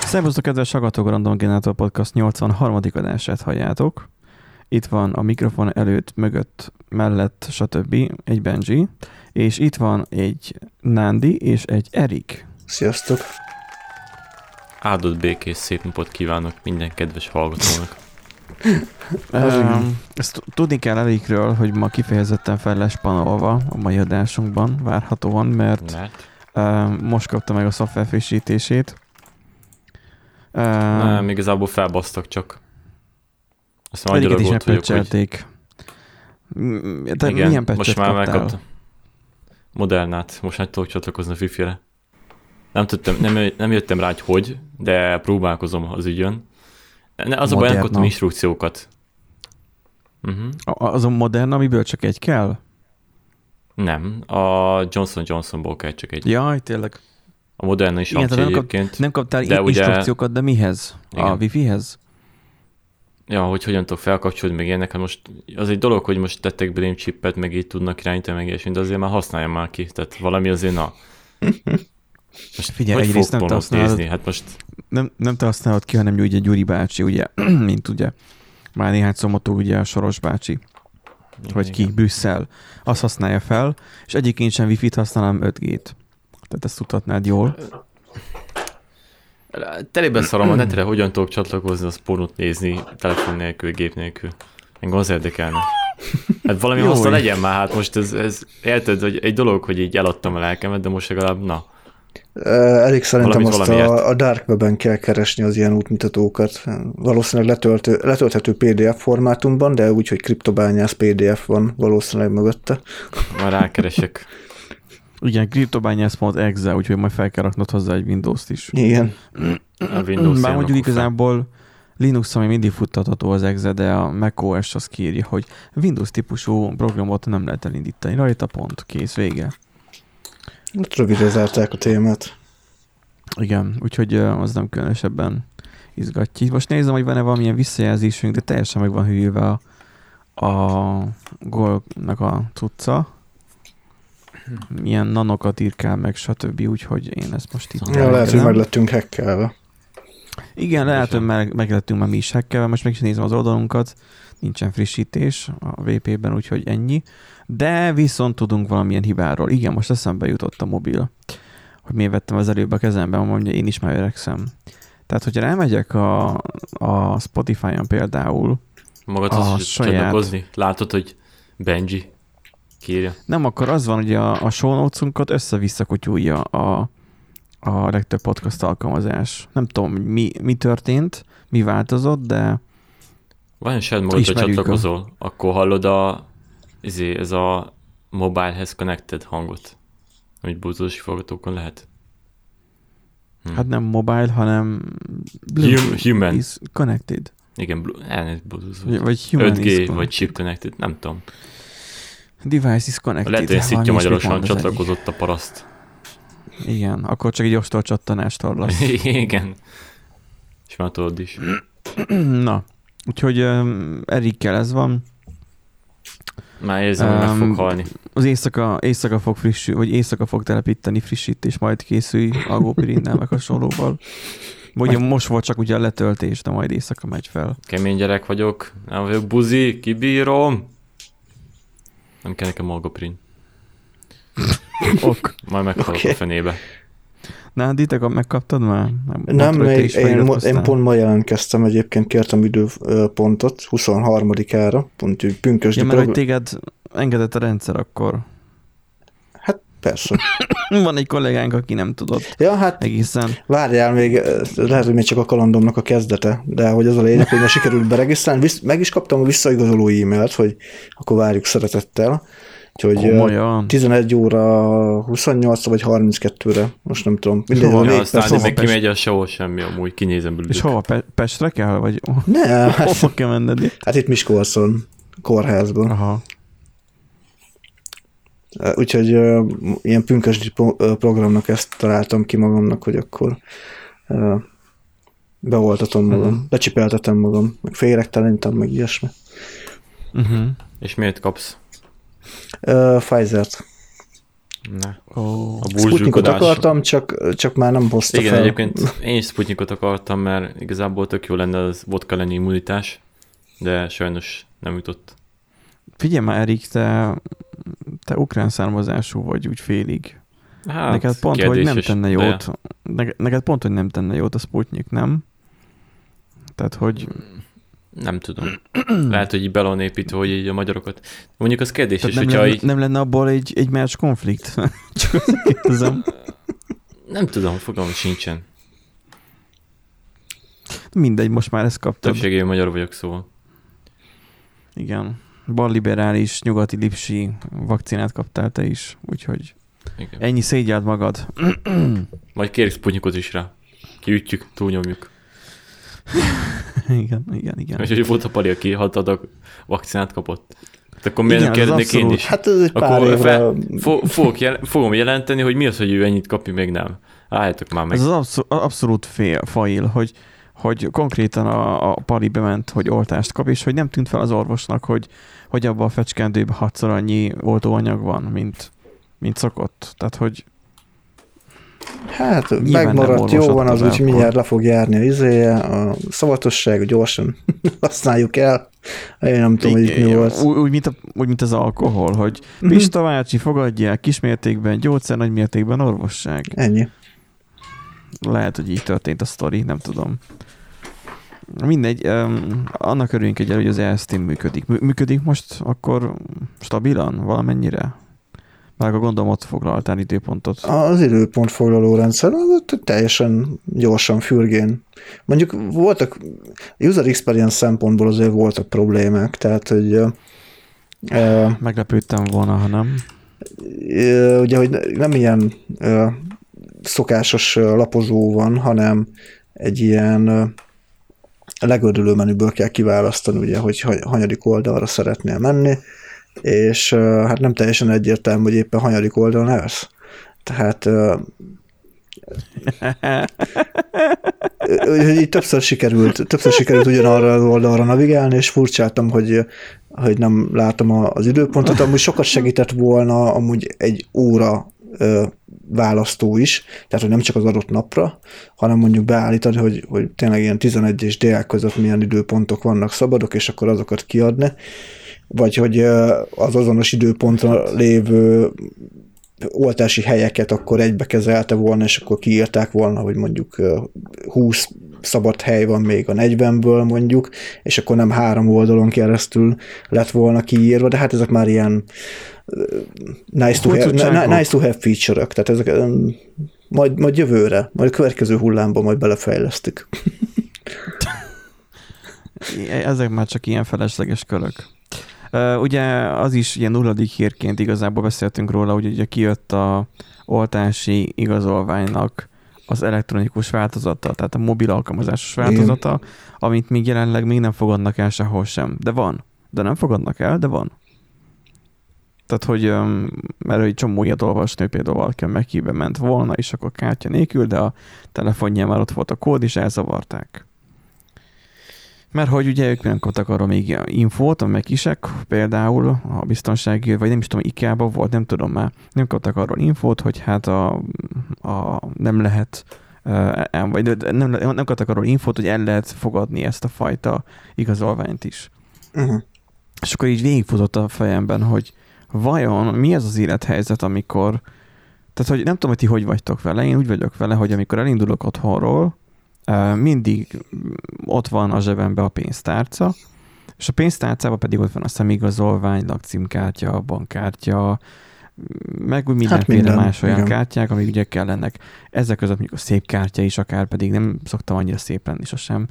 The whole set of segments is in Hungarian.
Szervusztok, kedves hallgatók, a Random Generator Podcast 83. adását halljátok. Itt van a mikrofon előtt, mögött, mellett, stb. Egy Benji, és itt van egy Nándi és egy Erik. Sziasztok! Áldott békés szép napot kívánok minden kedves hallgatónak. Ezt tudni kell Erikről, hogy ma kifejezetten fel lesz panolva a mai adásunkban, várhatóan, mert most kapta meg a szoftver frissítését. Nem, igazából felbasztak csak. Azt már Egyiket is vagyok, megpecselték. Te igen, milyen patchet most már kaptál? megkaptam. Modernát, most már tudok csatlakozni a Wi-Fi-re. Nem jöttem rá, hogy, de próbálkozom az ügyön. Az a baj, nem kaptam instrukciókat. Az a modern, amiből csak egy kell? Nem, a Johnson Johnsonból kell csak egy. Jaj, tényleg. A Moderna is amcsi egyébként. Nem kaptál instrukciókat, de mihez? Igen. A Wi-Fi-hez? Ja, hogy hogyan tudok felkapcsolni, meg ilyenek. Hát most az egy dolog, hogy most tettek belém chipet, meg így tudnak irányítani, meg ilyesmit, de azért már használjam már ki. Tehát valami azért Most figyelj, egyrészt nem te használod, hát most... nem te használod ki, hanem ugye Gyuri bácsi, ugye, mint ugye, már néhány szomotó, ugye a Soros bácsi, vagy ki, Brüsszel, azt használja fel, és egyébként sem Wi-Fi-t használom 5G-t. Tehát ezt tudhatnád jól. Telébe szarom a netre, hogyan tudok csatlakozni, az pornót nézni, telefon nélkül, gép nélkül. Engem az érdekelne. Hát valami haszna legyen már, hát most ez érted, hogy egy dolog, hogy így eladtam a lelkemet, de most legalább, na. Elég szerintem azt a Dark Web-en kell keresni az ilyen útmutatókat. Valószínűleg letölthető PDF formátumban, de úgy, hogy kriptobányász PDF van valószínűleg mögötte. Már rákeresek. Igen, kriptobányász.exe, úgyhogy majd fel kell raknod hozzá egy Windows-t is. Igen. A Windows bár mondjuk igazából Linux, ami mindig futtatható az exe, de a macOS az kiírja, hogy Windows típusú programot nem lehet elindítani. Rajta pont, kész, vége. Rövidre zárták a témát. Igen, úgyhogy az nem különösebben izgatja. Most nézem, hogy van-e valamilyen visszajelzésünk, de teljesen meg van hűlve a Golnak a cucca. Milyen nanokat írkál meg, stb. Úgyhogy én ezt most itt... Ja, lehet, hogy meg lettünk hackelve. Igen, lehet, hogy meg lettünk már mi is hackelve. Most meg is nézem az oldalunkat. Nincsen frissítés a VP-ben, úgyhogy ennyi. De viszont tudunk valamilyen hibáról. Igen, most eszembe jutott a mobil. Hogy miért vettem az előbb a kezembe, mondja, én is már öregszem. Tehát, hogyha rámegyek a Spotify-on például magad csatlakozni? Látod, hogy Benji kírja? Nem, akkor az van, hogy a show notes-unkat össze-vissza kutyulja a legtöbb podcast alkalmazás. Nem tudom, mi történt, mi változott, de vajon saját magadra csatlakozol, akkor hallod ez a mobilehez connected hangot, amit bluetooth forgatókon lehet? Hát nem mobile, hanem human is connected. Igen, bluetooth. Vagy human 5G, vagy chip connected, nem tudom. Device is connected. Lehet, hogy szitja magyarosan csatlakozott a paraszt. Igen, akkor csak egy ostorcsattanást hallasz. Igen. És már tudod is. Na, úgyhogy Erikkel ez van. Már érzem, hogy meg fog halni. Az éjszaka fog vagy éjszaka fog telepíteni frissítés, majd készülj algopirinnel, meg hasonlóval. Ugye most volt csak ugye a letöltés, de majd éjszaka megy fel. Kemény gyerek vagyok, nem vagyok buzi, kibírom. Nem kell nekem algopirin. Ok. Majd meghalok a fenébe. Nádi, te megkaptad már? Nem, még én pont ma jelentkeztem, egyébként kértem időpontot 23-ára, pont úgy pünkösdi. Ja, mert hogy téged engedett a rendszer akkor. Hát persze. Van egy kollégánk, aki nem tudott. Ja, hát egészen. Várjál még, lehet, hogy még csak a kalandomnak a kezdete, de hogy az a lényeg, hogy ma sikerült beregisztrálni, meg is kaptam a visszaigazoló e-mailt, hogy akkor várjuk szeretettel. Úgyhogy 11 óra 28 vagy 32-re, most nem tudom. Aztán meg kimegy a sehol semmi, amúgy kinézem belőle. És hova? Pestre kell? Vagy nem. Hova kell menned itt? Hát itt Miskolcon, kórházban. Aha. Úgyhogy ilyen pünkösdi programnak ezt találtam ki magamnak, hogy akkor beoltatom magam, becsipeltetem magam, meg féregtelentem, meg ilyesmi. És miért kapsz? Pfizer-t. A Sputnikot akartam, csak már nem hozta igen, fel. egyébként én is Sputnikot akartam, mert igazából tök jó lenne az vodka elleni immunitás, de sajnos nem jutott. Figyelj már, Erik, te ukrán származású vagy úgy félig. Hát, neked pont, hogy nem tenne jót. Neked pont, hogy nem tenne jót a Sputnik, nem? Tehát, hogy... Nem tudom. Lehet, hogy így be van építve, hogy így a magyarokat... Mondjuk az kérdés is, nem lenne abból egy más konflikt? Csak azt kérdezem. Nem tudom, fogalmam sincsen. Mindegy, most már ezt kaptad. Többségében magyar vagyok, szóval. Igen. Balliberális, nyugati lipsi vakcinát kaptál te is, úgyhogy igen. Ennyi szégyeld magad. Majd kérjük Sputnikot is rá. Kiütjük, túlnyomjuk. Igen. És hogy volt a Pali, aki 6 adag vakcinát kapott. De akkor miért nem kérdeznék én is? Hát ez egy pár évre... Fogom jelenteni, hogy mi az, hogy ő ennyit kapja, még nem. Álljátok már meg. Ez az abszolút fail, hogy konkrétan a Pali bement, hogy oltást kap, és hogy nem tűnt fel az orvosnak, hogy abban a fecskendőben 6-szor annyi oltóanyag van, mint szokott. Tehát, hogy hát megmaradt, jó van az, hogy mindjárt le fog járni a izéje, a szavatosság, gyorsan használjuk el. Én nem tudom, hogy mi volt. Úgy, mint az alkohol, hogy Pista bácsi, fogadják kismértékben gyógyszer, nagymértékben orvosság. Ennyi. Lehet, hogy így történt a sztori, nem tudom. Mindegy, annak örüljünk egyelőre, hogy az EST működik. Működik most akkor stabilan valamennyire? Már akkor gondolom, ott foglaltál időpontot. Az időpont foglaló rendszer teljesen gyorsan, fürgén. Mondjuk voltak, user experience szempontból azért voltak problémák, tehát, hogy... Meglepődtem volna, ha nem. Ugye, hogy nem ilyen szokásos lapozó van, hanem egy ilyen legördülő menüből kell kiválasztani, ugye, hogy hanyadik oldalra szeretnél menni, és hát nem teljesen egyértelmű, hogy éppen hanyadik oldalon állsz. Tehát hogy így többször sikerült ugyanarra az oldalra navigálni, és furcsáltam, hogy nem látom az időpontot. Amúgy sokat segített volna amúgy egy óra választó is, tehát hogy nem csak az adott napra, hanem mondjuk beállítani, hogy tényleg ilyen 11 és dél között milyen időpontok vannak szabadok, és akkor azokat kiadni, vagy hogy az azonos időpontra lévő oltási helyeket akkor egybe kezelte volna, és akkor kiírták volna, hogy mondjuk 20 szabad hely van még a 40-ből mondjuk, és akkor nem 3 oldalon keresztül lett volna kiírva, de hát ezek már ilyen nice to have feature-ök, tehát ezek majd jövőre, majd a következő hullámban majd belefejlesztük. Ezek már csak ilyen felesleges körök. Ugye az is ilyen nulladik hírként igazából beszéltünk róla, hogy ugye kijött a oltási igazolványnak az elektronikus változata, tehát a mobil alkalmazásos változata, amit még jelenleg még nem fogadnak el sehol sem. De van. De nem fogadnak el, de van. Tehát, hogy mert egy csomó ilyet olvasni, hogy például valaki a Mac-be ment volna, és akkor kártya nélkül, de a telefonján már ott volt a kód, és elzavarták. Mert hogy ugye ők nem kaptak arra még infót, a Mac-isek például a biztonsági, vagy nem is tudom, IKEA-ban volt, nem tudom már, nem kaptak arról infót, hogy hát nem lehet, vagy nem kaptak arról infót, hogy el lehet fogadni ezt a fajta igazolványt is. Uh-huh. És akkor így végigfutott a fejemben, hogy vajon mi ez az élethelyzet, amikor, tehát hogy nem tudom, hogy ti hogy vagytok vele, én úgy vagyok vele, hogy amikor elindulok otthonról, mindig ott van a zsebemben a pénztárca, és a pénztárcában pedig ott van a személyigazolvány, lakcímkártya, bankkártya, meg úgy mindenféle más olyan kártyák, amik ugye kellenek. Ezek között mondjuk a szép kártya is akár, pedig nem szoktam annyira szép lenni sosem.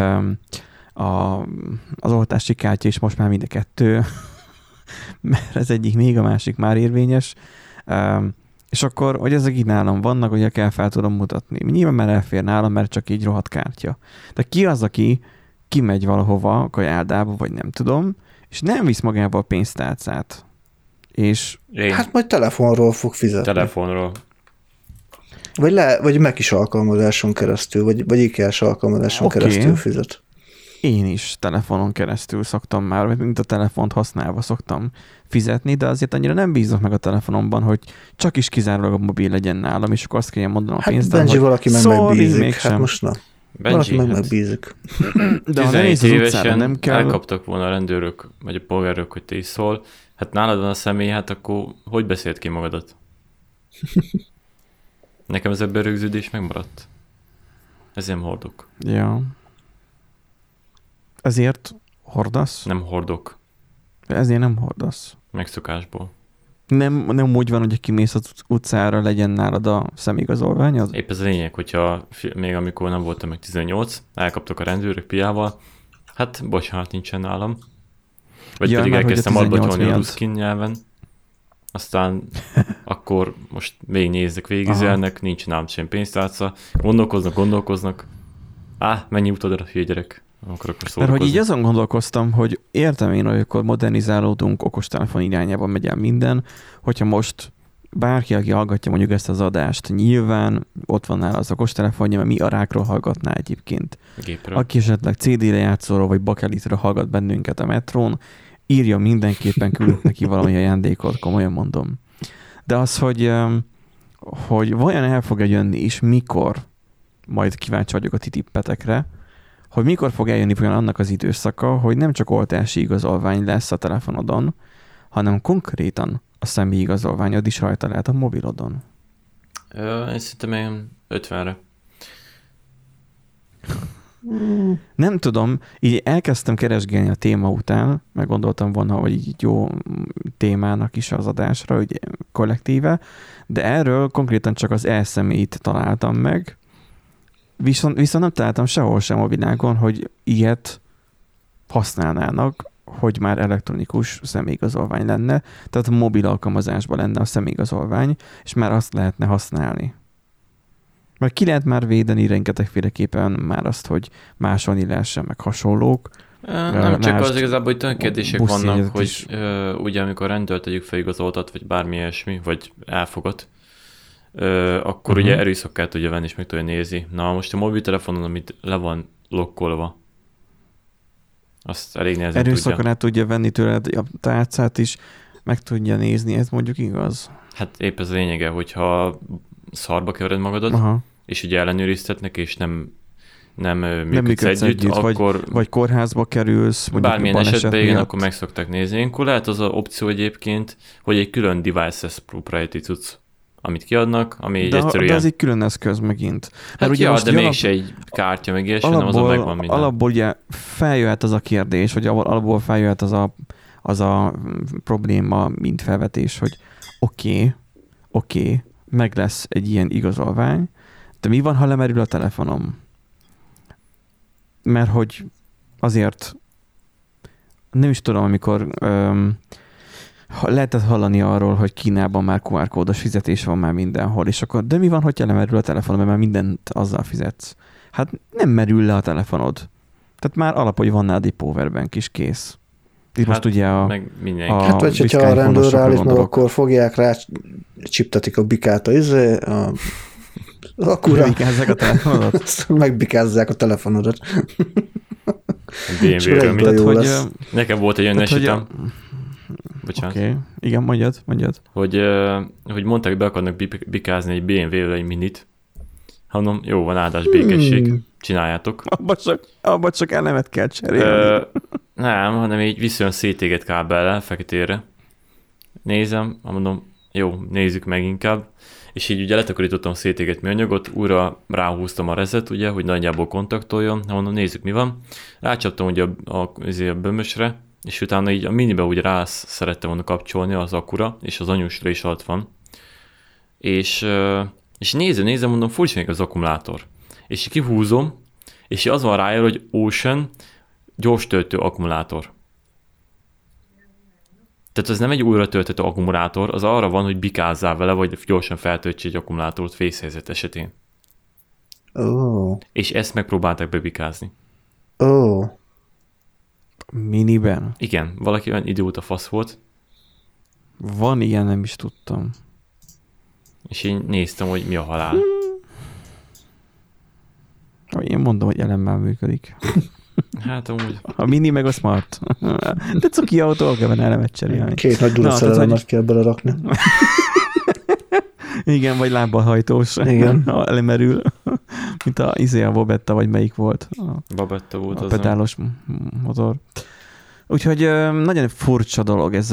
Az oltási kártya is most már mind a kettő, mert ez egyik még, a másik már érvényes. És akkor, hogy ezek így nálam vannak, ugye kell fel tudom mutatni. Nyilván már elfér nálam, mert csak így rohadt kártya. De ki az, aki kimegy valahova, kajáldába, vagy nem tudom, és nem visz magába a pénztárcát. És... Hát majd telefonról fog fizetni. Telefonról. Vagy Mac-is alkalmazáson keresztül, vagy IKEA-s alkalmazáson keresztül fizet. én is telefonon keresztül szoktam már, mint a telefont használva szoktam fizetni, de azért annyira nem bízok meg a telefonomban, hogy csak is kizárólag a mobil legyen nálam, és akkor azt kelljen mondanom a pénztár, Benji, hogy valaki meg megbízik. mégsem. Hát most na. Valaki meg megbízik. De ha nehéz az utcára, nem kell... elkaptak volna a rendőrök, vagy a polgárok, hogy te is szól, hát nálad van a személy, hát akkor hogy beszélt ki magadat? Nekem ez ebben rögződés megmaradt. Ezért nem hordok. Ja. Ezért hordasz? Nem hordok. Ezért nem hordasz. Megszokásból. Nem úgy van, hogy kimész az utcára, legyen nálad a személyigazolványod? Épp ez a lényeg, hogyha még amikor nem voltam meg 18, elkaptak a rendőrök piával, hát bocsánat, nincsen nálam. Vagy pedig elkezdtem arbatolni a ruszkin nyelven. Aztán akkor most végignézzek, végigzelnek, nincs nálam sem pénztárca, gondolkoznak. Mennyi utadra, hülye gyerek. Mert hogy így azon gondolkoztam, hogy értem én, hogy akkor modernizálódunk, okostelefon irányában megy el minden, hogyha most bárki, aki hallgatja mondjuk ezt az adást, nyilván ott van nála az okostelefonja, mert mi a rákról hallgatná egyébként. Gépről. Aki esetleg CD-lejátszóról vagy bakelitről hallgat bennünket a metrón, írja mindenképpen, küldök neki valami ajándékot, komolyan mondom. De az, hogy vajon el fog-e jönni, és mikor, majd kíváncsi vagyok a ti tippetekre, hogy mikor fog eljönni olyan annak az időszaka, hogy nem csak oltási igazolvány lesz a telefonodon, hanem konkrétan a személyi igazolványod is rajta lehet a mobilodon. Én szerintem én 50-re. Nem tudom, így elkezdtem keresgélni a téma után, meg gondoltam volna, hogy így jó témának is az adásra, hogy kollektíve, de erről konkrétan csak az e-személyt találtam meg, viszont nem találtam sehol sem a világon, hogy ilyet használnának, hogy már elektronikus személyigazolvány lenne, tehát mobil alkalmazásban lenne a személyigazolvány, és már azt lehetne használni. Mert ki lehet már védeni rengetegféleképpen már azt, hogy másolni lehessen, meg hasonlók. Nem csak az igazából, hogy olyan kérdések vannak, hogy ugye amikor rendőrt tegyük feligazoltat, vagy bármi ilyesmi, vagy elfogad, akkor ugye erőszak kell tudja venni, és meg tudja nézni. Na most a mobiltelefonon, amit le van lokkolva, azt elég nehezen tudja. Erőszakon át tudja venni tőled a tárcát is, meg tudja nézni, ez mondjuk igaz? Hát épp ez a lényege, hogyha szarba kevered magadat, és ugye ellenőriztetnek, és nem működsz együtt, akkor... Vagy kórházba kerülsz. Bármilyen esetben igen, akkor meg szokták nézni. Akkor lehet az a opció egyébként, hogy egy külön devices proprietary cucc, amit kiadnak, ami egyszerűen... De az egy külön eszköz megint. Hát ugye de mégis egy kártya meg ilyesmi, nem azon megvan minden. Alapból ugye feljöhet az a kérdés, vagy alapból feljöhet az a probléma, mint felvetés, hogy oké, meg lesz egy ilyen igazolvány, de mi van, ha lemerül a telefonom? Mert hogy azért nem is tudom, amikor lehetett hallani arról, hogy Kínában már QR kódos fizetés van már mindenhol, és akkor, de mi van, hogyha lemerül a telefonom, mert már mindent azzal fizetsz? Hát nem merül le a telefonod. Tehát már alap, hogy van nálad egy powerbank is, kész. Itt most ugye meg hát vagy hogyha a rendőr állít, akkor fogják rá, csiptetik a bikát akkor megbikázzák a telefonodat? Megbikázzák a telefonodat. BMW-ről mi? Nekem volt egy olyan esetem. Bocsánat. Oké. Igen, mondjad. Hogy mondták, hogy be akarnak bikázni egy BMW-vel egy minit. Mondom, jó van, áldás, békesség. Csináljátok. Abba csak elemet kell cserélni. Nem, hanem így viszont szétéget kábellel, feketére. Nézem, mondom, jó, nézzük meg inkább. És így ugye letakarítottam a szétéget műanyagot, újra ráhúztam a rezet, ugye, hogy nagyjából kontaktoljon. Mondom, nézzük mi van. Rácsaptam ugye a bömösre, és utána így a minibe úgy szerettem volna kapcsolni az akkura, és az anyusra is alatt van. És nézem, mondom, furcsa még az akkumulátor. És kihúzom, és az van rájel, hogy Ocean gyors töltő akkumulátor. Tehát ez nem egy újra tölthető akkumulátor, az arra van, hogy bikázzál vele, vagy gyorsan feltöltse egy akkumulátort vészhelyzet esetén. És ezt megpróbálták bebikázni. Miniben? Igen, valaki olyan idióta fasz volt. Van ilyen, nem is tudtam. És én néztem, hogy mi a halál. Én mondom, hogy elemmel működik. Hát amúgy. A mini meg a smart. De cuki autó, kell elemet cserélni. 2 nagy duraszerelemet kell belerakni. Igen, vagy lábbal igen. Ha elemerül, mint a Bobetta, vagy melyik volt. Babetta volt a pedálos motor. Úgyhogy nagyon furcsa dolog ez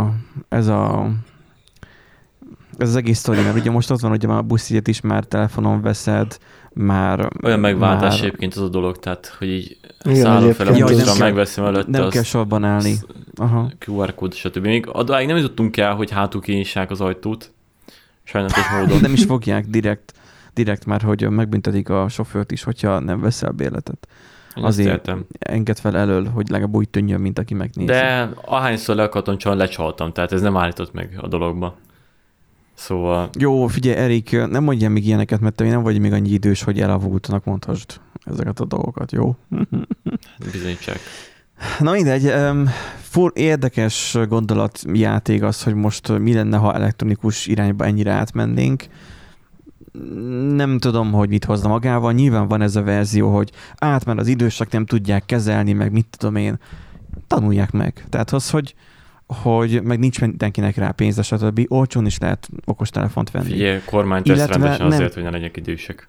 az egész sztori, mert ugye most ott van, hogy már a buszjegyet is már telefonon veszed, már... Olyan megváltás egyébként az a dolog, tehát, hogy így szállok fel a buszra, megveszem előtte nem kell sorban állni. Aha. QR kód, stb. Még adáig nem jutottunk el, hogy hátul kinyissák az ajtót. Sajnálatos módon. Nem is fogják direkt már, hogy megbüntetik a sofőrt is, hogyha nem veszel bérletet. Azért engedd fel elől, hogy legalább úgy tűnjön, mint aki megnézi. De ahányszor le akartam csalni, lecsaltam, tehát ez nem állított meg a dologba. Szóval... Jó, figyelj, Erik, nem mondjam még ilyeneket, mert te nem vagy még annyi idős, hogy elavultnak mondhasd ezeket a dolgokat, jó? Bizonyítsák. Na mindegy, érdekes gondolatjáték az, hogy most mi lenne, ha elektronikus irányba ennyire átmennénk. Nem tudom, hogy mit hozna magával. Nyilván van ez a verzió, hogy mert az idősek nem tudják kezelni, meg mit tudom én. Tanulják meg. Tehát az, hogy meg nincs mindenkinek rá pénze, stb. Olcsón is lehet okostelefont venni. Figyelj, kormány tesz rendesen azért, hogy ne legyenek idősek.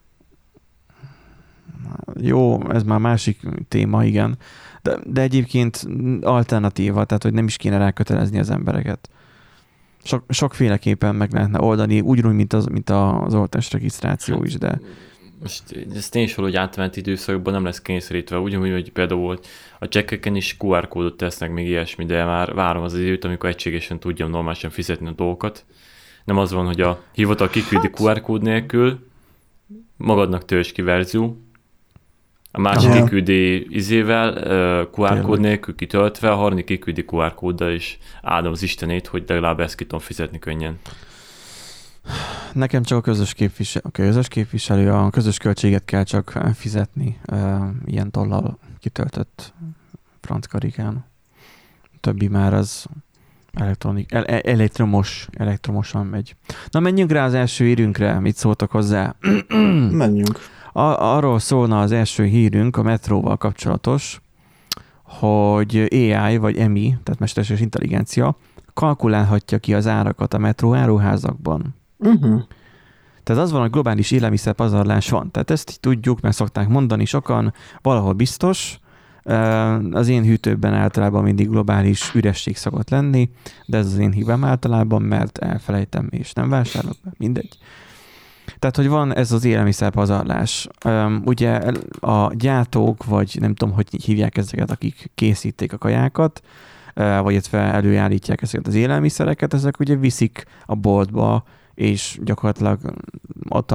Jó, ez már másik téma, igen. De egyébként alternatíva, tehát hogy nem is kéne rákötelezni az embereket. Sokféleképpen meg lehetne oldani, úgy, mint az oltás regisztráció is, de... Most ez tény hogy átment időszakban nem lesz kényszerítve, ugyanúgy, hogy például a csekkeken is QR kódot tesznek, még ilyesmi, de már várom az időt, amikor egységesen tudjam normálisan fizetni a dolgokat. Nem az van, hogy a hivatal kiküldi QR kód nélkül, magadnak tölts ki verzió, a másik kiküldi QR kód nélkül kitöltve, a harmadik kiküldi QR kóddal, és áldom az Istenét, hogy legalább ezt ki tudom fizetni könnyen. Nekem csak a közös képviselő, a közös költséget kell csak fizetni ilyen tollal kitöltött franckarikán. Többi már az elektromosan megy. Na menjünk rá az első hírünkre, mit szóltak hozzá? Menjünk. Arról szólna az első hírünk a metróval kapcsolatos, hogy AI vagy MI, tehát mesterséges intelligencia, kalkulálhatja ki az árakat a metró áruházakban. Tehát az van, hogy globális élelmiszerpazarlás van. Tehát ezt így tudjuk, mert szokták mondani sokan, valahol biztos. Az én hűtőben általában mindig globális üresség szokott lenni, de ez az én hibám általában, mert elfelejtem és nem vásárolok, mindegy. Tehát, hogy van ez az élelmiszerpazarlás. Ugye a gyártók, vagy nem tudom, hogy hívják ezeket, akik készítik a kajákat, vagy előállítják ezeket az élelmiszereket, ezek ugye viszik a boltba, és gyakorlatilag ott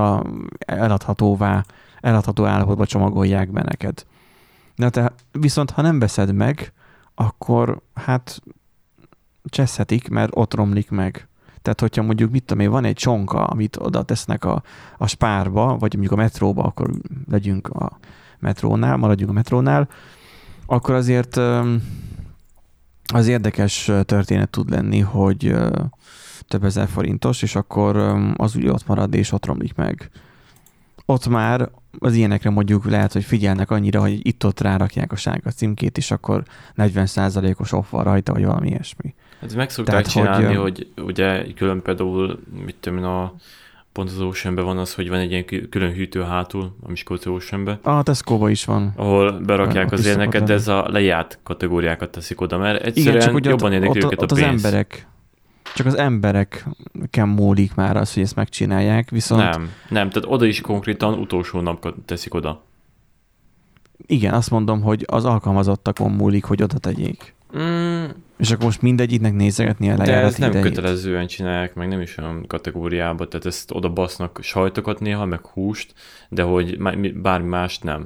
eladható állapotba csomagolják be neked. Na te viszont, ha nem veszed meg, akkor hát cseszhetik, mert ott romlik meg. Tehát, hogyha mondjuk, mit tudom én, van egy csonka, amit oda tesznek a spárba, vagy mondjuk a metróba, akkor maradjunk a metrónál, akkor azért az érdekes történet tud lenni, hogy több ezer forintos, és akkor az ugye ott marad, és ott romlik meg. Ott már az ilyenekre mondjuk lehet, hogy figyelnek annyira, hogy itt-ott rárakják a sárga címkét, és akkor 40%-os off van rajta, vagy valami ilyesmi. Hát meg szokták csinálni, hogy ugye külön például, mit tudom, pont az Oceanben van az, hogy van egy ilyen külön hűtő hátul, a Miskolci Oceanben. A Tesco-ba is van. Ahol berakják az ilyeneket, de ez a lejárt kategóriákat teszik oda, mert egyszerűen igen, jobban érdekli őket a pénz. Csak az embereken múlik már az, hogy ezt megcsinálják, viszont... Nem, tehát oda is konkrétan utolsó napot teszik oda. Igen, azt mondom, hogy az alkalmazottakon múlik, hogy oda tegyék. És akkor most mindegyiknek nézegetni a lejárati idejét. De ezt nem kötelezően csinálják, meg nem is olyan kategóriába, tehát ezt oda basznak sajtokat néha, meg húst, de hogy bármi mást nem.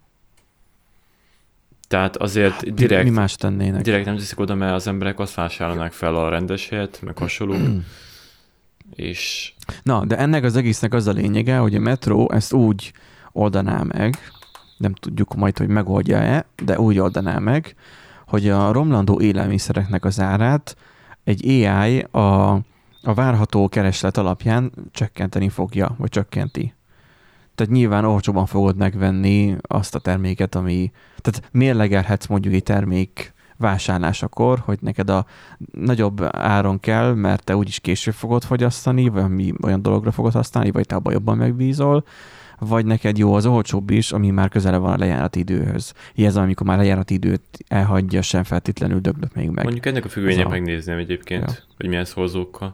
Tehát azért direkt... Mi más tennének? Direkt nem teszik oda, mert az emberek azt vásárolnák fel a rendes helyet, meg hasonlók. És... Na, de ennek az egésznek az a lényege, hogy a metró ezt úgy oldaná meg, nem tudjuk majd, hogy megoldja-e, de úgy oldaná meg, hogy a romlandó élelmiszereknek az árát egy AI a várható kereslet alapján csökkenteni fogja, vagy csökkenti. Tehát nyilván olcsóban fogod megvenni azt a terméket, ami... Tehát mérlegelhetsz mondjuk egy termék vásárlásakor, hogy neked a nagyobb áron kell, mert te úgyis később fogod fogyasztani, vagy olyan dologra fogod használni, vagy te abban jobban megbízol, vagy neked jó az olcsóbb is, ami már közele van a lejárati időhöz. Ez amikor már lejárati időt elhagyja, sem feltétlenül döglök még meg. Mondjuk ennek a függvényét megnézném egyébként, hogy milyen szorzókkal.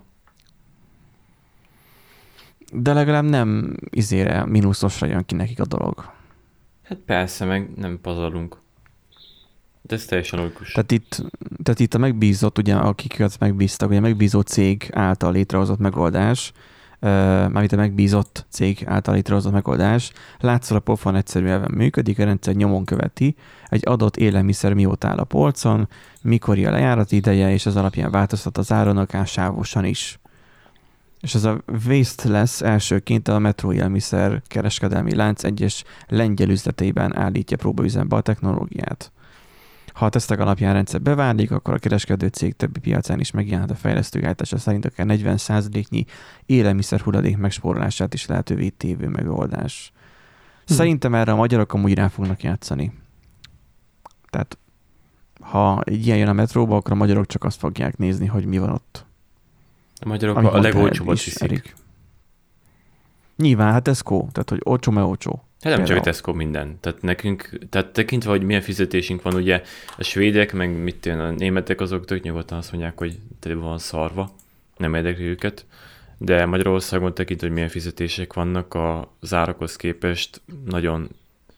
De legalább nem mínuszosra jön ki nekik a dolog. Hát persze, meg nem pazarlunk. De ez teljesen logikus. Tehát itt a megbízott, ugye, akiket megbíztak, ugye a megbízó cég által létrehozott megoldás, mármint a megbízott cég által létrehozott megoldás, látszólag pofon egyszerű elven működik, a rendszer nyomon követi, egy adott élelmiszer mióta áll a polcon, mikori a lejárati ideje, és az alapján változtat az áron, akár sávosan is. És ez a Wasteless elsőként a Metro élelmiszer kereskedelmi lánc egyes lengyel üzleteiben állítja próbaüzembe a technológiát. Ha a tesztek alapján rendszer beválik, akkor a kereskedő cég többi piacán is megjelenhet a fejlesztők állítása szerint akár 40%-nyi élelmiszer hulladék megspórolását is lehetővé tévő megoldás. Szerintem erre a magyarok amúgy rá fognak játszani. Tehát ha ilyen jön a metróba, akkor a magyarok csak azt fogják nézni, hogy mi van ott. A magyarok a legolcsóbbat viszik. Nyilván, hát Tesco, tehát hogy olcsó, mert olcsó. Hát nem csak a Tesco minden. Tehát nekünk, tehát tekintve, hogy milyen fizetésünk van, ugye a svédek, meg mit a németek, azok tök nyugodtan azt mondják, hogy tele van szarva, nem érdekli őket, de Magyarországon tekintve, hogy milyen fizetések vannak az árakhoz képest, nagyon,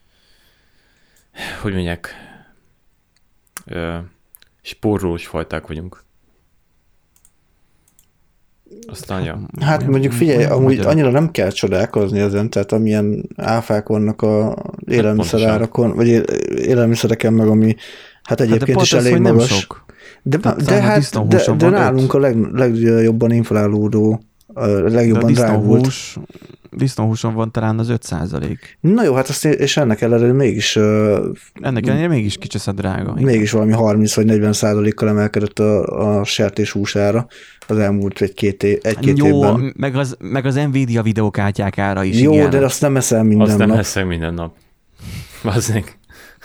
hogy mondják, spórolós fajták vagyunk. Aztán, ja. Hát mondjuk figyelj, amúgy annyira nem kell csodálkozni ezen, tehát amilyen áfák vannak a élelmiszerárakon, vagy élelmiszereken meg, ami hát egyébként is elég magas. De nálunk a legjobban inflálódó, a legjobban drágult. Disznóhúson van talán az 5%. Na jó, hát azt és ennek ellenére mégis... Ennek ellenére mégis kicsit drága. Mégis valami 30 vagy 40%-kal emelkedett a sertés húsára az elmúlt egy-két évben. Meg az Nvidia videókártyák ára is. Jó, igen. de azt nem eszel minden nap. Azt nem eszel minden nap. Bazdmeg.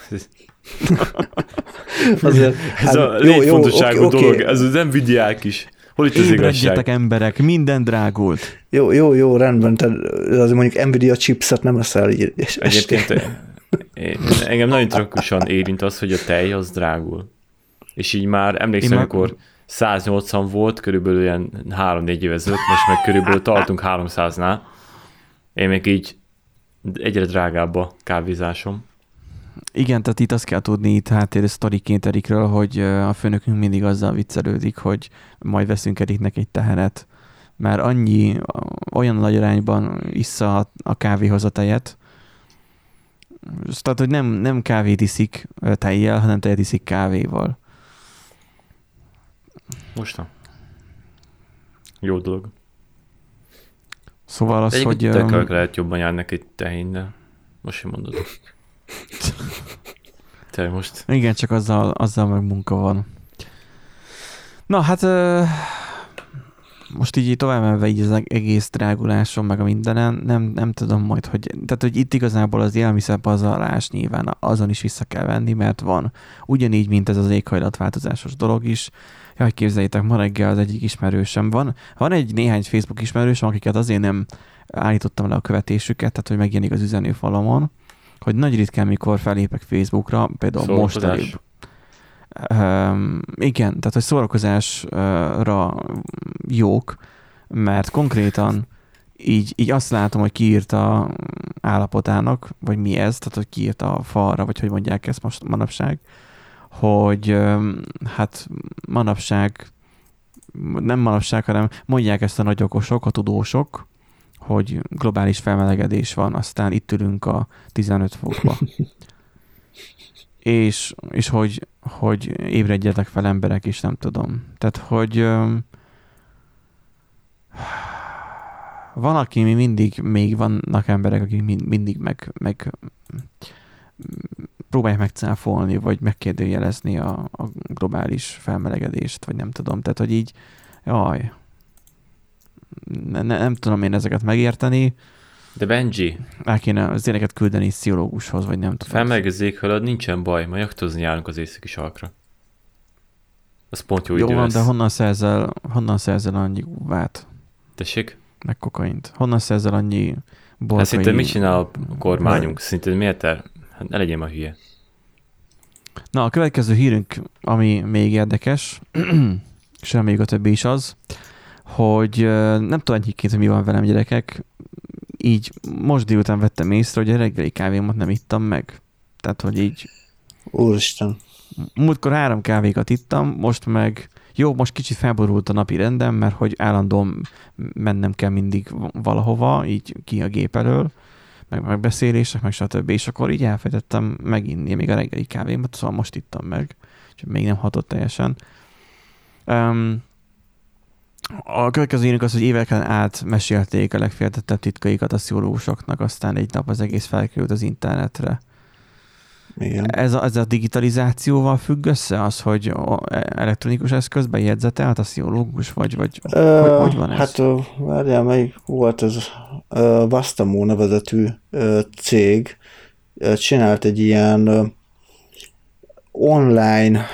Azért, ez a létfontosságú dolog, ez az Nvidiák is. Hol itt az igazság? Emberek, minden drágult. Jó, rendben, te azért mondjuk Nvidia chipset nem eszel így. Egyébként engem nagyon trakkusan érint az, hogy a tej az drágul. És így már emlékszem, amikor 180 volt, körülbelül ilyen 3-4 éve ezelőtt, most meg körülbelül tartunk 300-nál. Én még így egyre drágább a kávézásom. Igen, tehát itt azt kell tudni itt háttér sztoriként Erikről, hogy a főnökünk mindig azzal viccelődik, hogy majd veszünk Eriknek egy teheret, mert olyan nagy arányban issza a kávéhoz a tejet, tehát, hogy nem kávét iszik tejjel, hanem tejet iszik kávéval. Mostan. Jó dolog. Szóval az, hogy... Egyébként lehet jobban járnak egy tehén, de most sem mondod. Te most. Igen, csak azzal meg munka van. Na, hát most így tovább így az egész dráguláson, meg a mindenen, nem tudom majd, hogy itt igazából az élelmiszerpazarlás nyilván azon is vissza kell venni, mert van. Ugyanígy, mint ez az éghajlatváltozásos dolog is. Jaj, képzeljétek, ma reggel az egyik ismerősöm van. Van néhány Facebook ismerősöm, akiket azért nem állítottam le a követésüket, tehát hogy megjelenik az üzenőfalamon, hogy nagy ritkán, mikor felépek Facebookra, például most előbb. Igen, tehát hogy szórakozásra jók, mert konkrétan így azt látom, hogy kiírta állapotának, vagy mi ez, tehát hogy kiírta a falra, vagy hogy mondják ezt most manapság, hogy hát manapság, nem manapság, hanem mondják ezt a nagy okosok, a tudósok, hogy globális felmelegedés van, aztán itt ülünk a 15 fokba. és hogy ébredjetek fel emberek is, nem tudom. Tehát, hogy van, aki még vannak emberek, akik mindig meg próbálják megcáfolni, vagy megkérdőjelezni a globális felmelegedést, vagy nem tudom. Tehát, hogy így, jaj, nem tudom én ezeket megérteni. De Benji. El kéne az éneket küldeni pszichológushoz, vagy nem tudom. Felmelegez éghajlat, nincsen baj, majd jaktozni járunk az északi sarkra. Az pont jó idő van, lesz. de honnan szerzel annyi vát? Tessék? Meg kokaint. Honnan szerzel annyi borkai... Hát szerinted mit csinál a kormányunk? Szerinted miért hát ne legyél ma hülye. Na, a következő hírünk, ami még érdekes, és reméljük a többi is az, hogy nem tudom egyébként, hogy mi van velem, gyerekek, így most délután vettem észre, hogy a reggeli kávémat nem ittam meg. Tehát, hogy így... Úristen. Múltkor 3 kávékat ittam, most meg... Jó, most kicsit felborult a napi rendem, mert hogy állandóan mennem kell mindig valahova, így ki a gép elől, meg beszélések, meg stb. És akkor így elfelejtettem meginni még a reggeli kávémat, szóval most ittam meg, és még nem hatott teljesen. A következő írunk az, hogy éveken át mesélték a legféltettebb titkaikat a pszichológusoknak, aztán egy nap az egész felkerült az internetre. Igen. Ez a digitalizációval függ össze az, hogy elektronikus eszközben jegyzetelt a pszichológus, vagy hogy van ez? Hát várjál, melyik volt ez? Vastamo nevezetű cég csinált egy ilyen online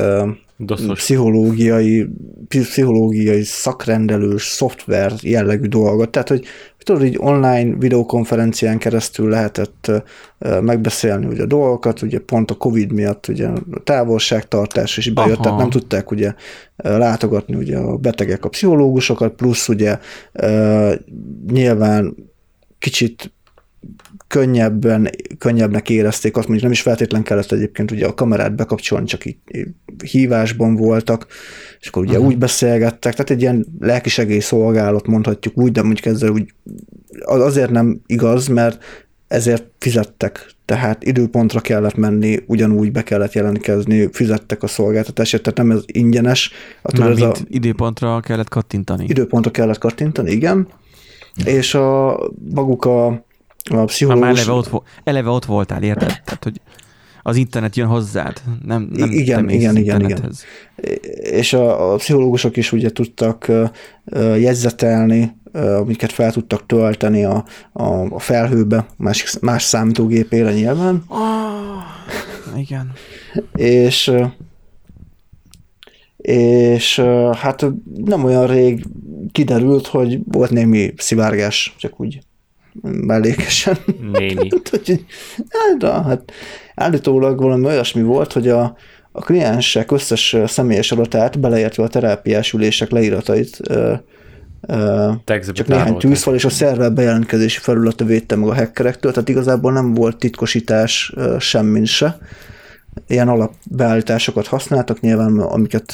pszichológiai szakrendelős szoftver jellegű dolgot. Tehát, hogy tudod, így online videokonferencián keresztül lehetett megbeszélni ugye a dolgokat, ugye pont a Covid miatt ugye a távolságtartás is bejött, tehát nem tudták ugye látogatni ugye a betegek a pszichológusokat, plusz ugye nyilván kicsit könnyebbnek érezték azt, mondjuk nem is feltétlen kellett egyébként ugye a kamerát bekapcsolni, csak így hívásban voltak, és akkor ugye úgy beszélgettek, tehát egy ilyen lelkisegélyszolgálat mondhatjuk úgy, de mondjuk ezzel úgy azért nem igaz, mert ezért fizettek, tehát időpontra kellett menni, ugyanúgy be kellett jelentkezni, fizettek a szolgáltatásért, tehát nem ez ingyenes. Időpontra kellett kattintani. Időpontra kellett kattintani, igen. És maguk a pszichológus... Már eleve ott voltál, érted? Tehát, hogy az internet jön hozzád, nem igen. És a pszichológusok is ugye tudtak jegyzetelni, amiket fel tudtak tölteni a felhőbe, más számítógépére nyilván. Igen. És hát nem olyan rég kiderült, hogy volt némi szivárgás, csak úgy mellékesen. Némi. Hát állítólag valami olyasmi volt, hogy a kliensek összes személyes adatát, beleértve a terápiás ülések leíratait csak néhány tűzfal és a szerver bejelentkezési felülete védte meg a hackerektől, tehát igazából nem volt titkosítás semmin se. Ilyen alapbeállításokat használtak nyilván, amiket...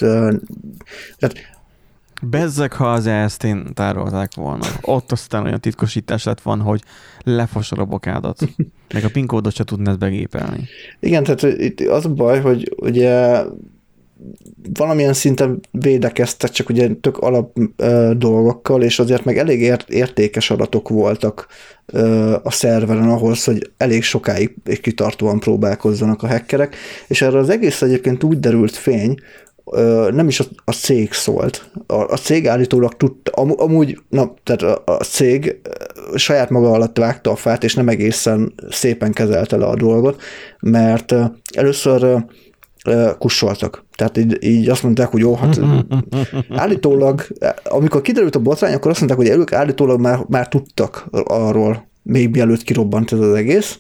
Bezzeg, ha az EST-n tárolták volna. Ott aztán olyan titkosítás lett van, hogy lefos a robokádat. Meg a PIN kódot se tudnád begépelni. Igen, tehát itt az a baj, hogy ugye valamilyen szinten védekeztek, csak ugye tök alap dolgokkal, és azért meg elég értékes adatok voltak a szerveren ahhoz, hogy elég sokáig kitartóan próbálkozzanak a hackerek, és erre az egész egyébként úgy derült fény, nem is a cég szólt. A cég állítólag tudta, amúgy, tehát a cég saját maga alatt vágta a fát, és nem egészen szépen kezelte le a dolgot, mert először kussoltak. Tehát így azt mondták, hogy jó, hát állítólag, amikor kiderült a botrány, akkor azt mondták, hogy ők állítólag már tudtak arról, még mielőtt kirobbant ez az egész,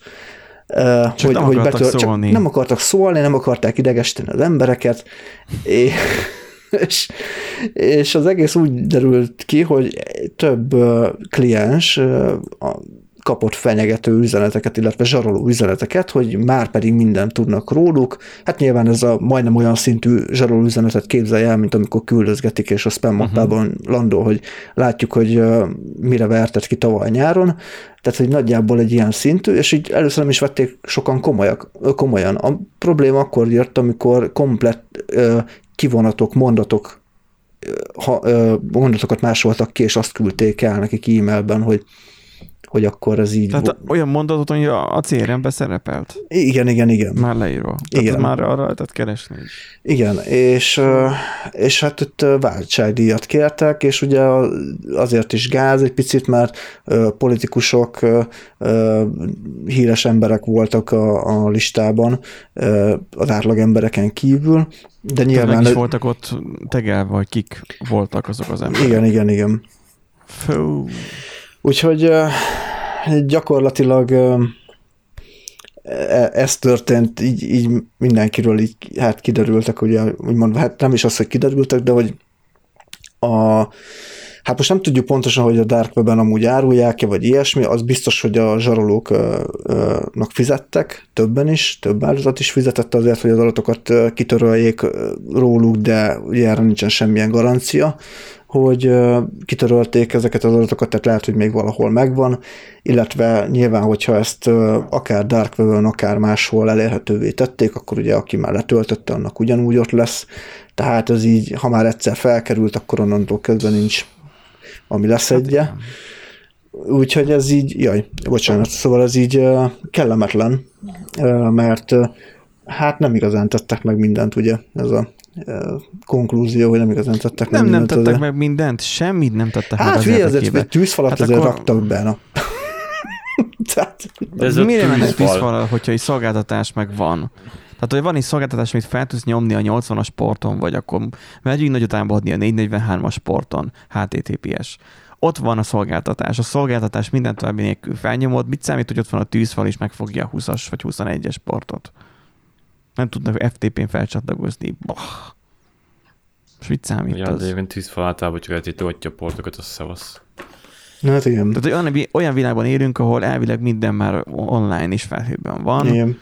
csak nem akartak szólni, nem akarták idegesíteni az embereket, és az egész úgy derült ki, hogy több kliens kapott fenyegető üzeneteket, illetve zsaroló üzeneteket, hogy már pedig mindent tudnak róluk. Hát nyilván ez a majdnem olyan szintű zsaroló üzenetet képzelje el, mint amikor küldözgetik, és a spam mappában landol, hogy látjuk, hogy mire vertett ki tavaly nyáron. Tehát, hogy nagyjából egy ilyen szintű, és így először nem is vették sokan komolyan. A probléma akkor jött, amikor komplett kivonatok, mondatokat másoltak ki, és azt küldték el nekik e-mailben, hogy hogy akkor ez így... Tehát olyan mondatot, hogy a CRM-ben szerepelt. Igen. Már leírva. Tehát már arra lehetett keresni. Igen, és hát itt váltságdíjat kértek, és ugye azért is gáz egy picit, mert politikusok, híres emberek voltak a listában, az átlag embereken kívül, de nyilván... Meg is voltak ott tegelve, hogy kik voltak azok az emberek. Igen. Fú. Úgyhogy gyakorlatilag ez történt, így mindenkiről így hát kiderültek, ugye úgymond, hát nem is az, hogy kiderültek, de hogy hát most nem tudjuk pontosan, hogy a Dark Web-en amúgy árulják-e, vagy ilyesmi, az biztos, hogy a zsarolóknak fizettek, több áldozat is fizetett azért, hogy az adatokat kitöröljék róluk, de ugye erre nincsen semmilyen garancia, hogy kitörölték ezeket az adatokat, tehát lehet, hogy még valahol megvan, illetve nyilván, hogyha ezt akár Dark Web-en, akár máshol elérhetővé tették, akkor ugye aki már letöltötte, annak ugyanúgy ott lesz. Tehát ez így, ha már egyszer felkerült, akkor onnantól kezdve nincs, ami leszedje. Úgyhogy ez így, szóval ez így kellemetlen, mert hát nem igazán tettek meg mindent, ugye, ez a konklúzió, hogy nem igazán tettek meg mindent. Nem tettek meg mindent, semmit nem tettek meg az érdekében. Hát egy tűzfalat azért raktak be, na. Mire menne tűzfal, hogyha egy szolgáltatás meg van? Tehát, hogy van egy szolgáltatás, amit fel tudsz nyomni a 80-as porton, vagy akkor megyünk nagyot adni a 443-as porton, HTTPS. Ott van a szolgáltatás minden további nélkül felnyomod, mit számít, hogy ott van a tűzfal, és megfogja a 20-as vagy 21-es portot. Nem tudnak FTP-n felcsatlakozni. És mit számít az? De egyébként tűzfal általában csak lehet, hogy a portokat, az szavasz. Hát igen. Tehát olyan világban élünk, ahol elvileg minden már online és felhőben van. Igen.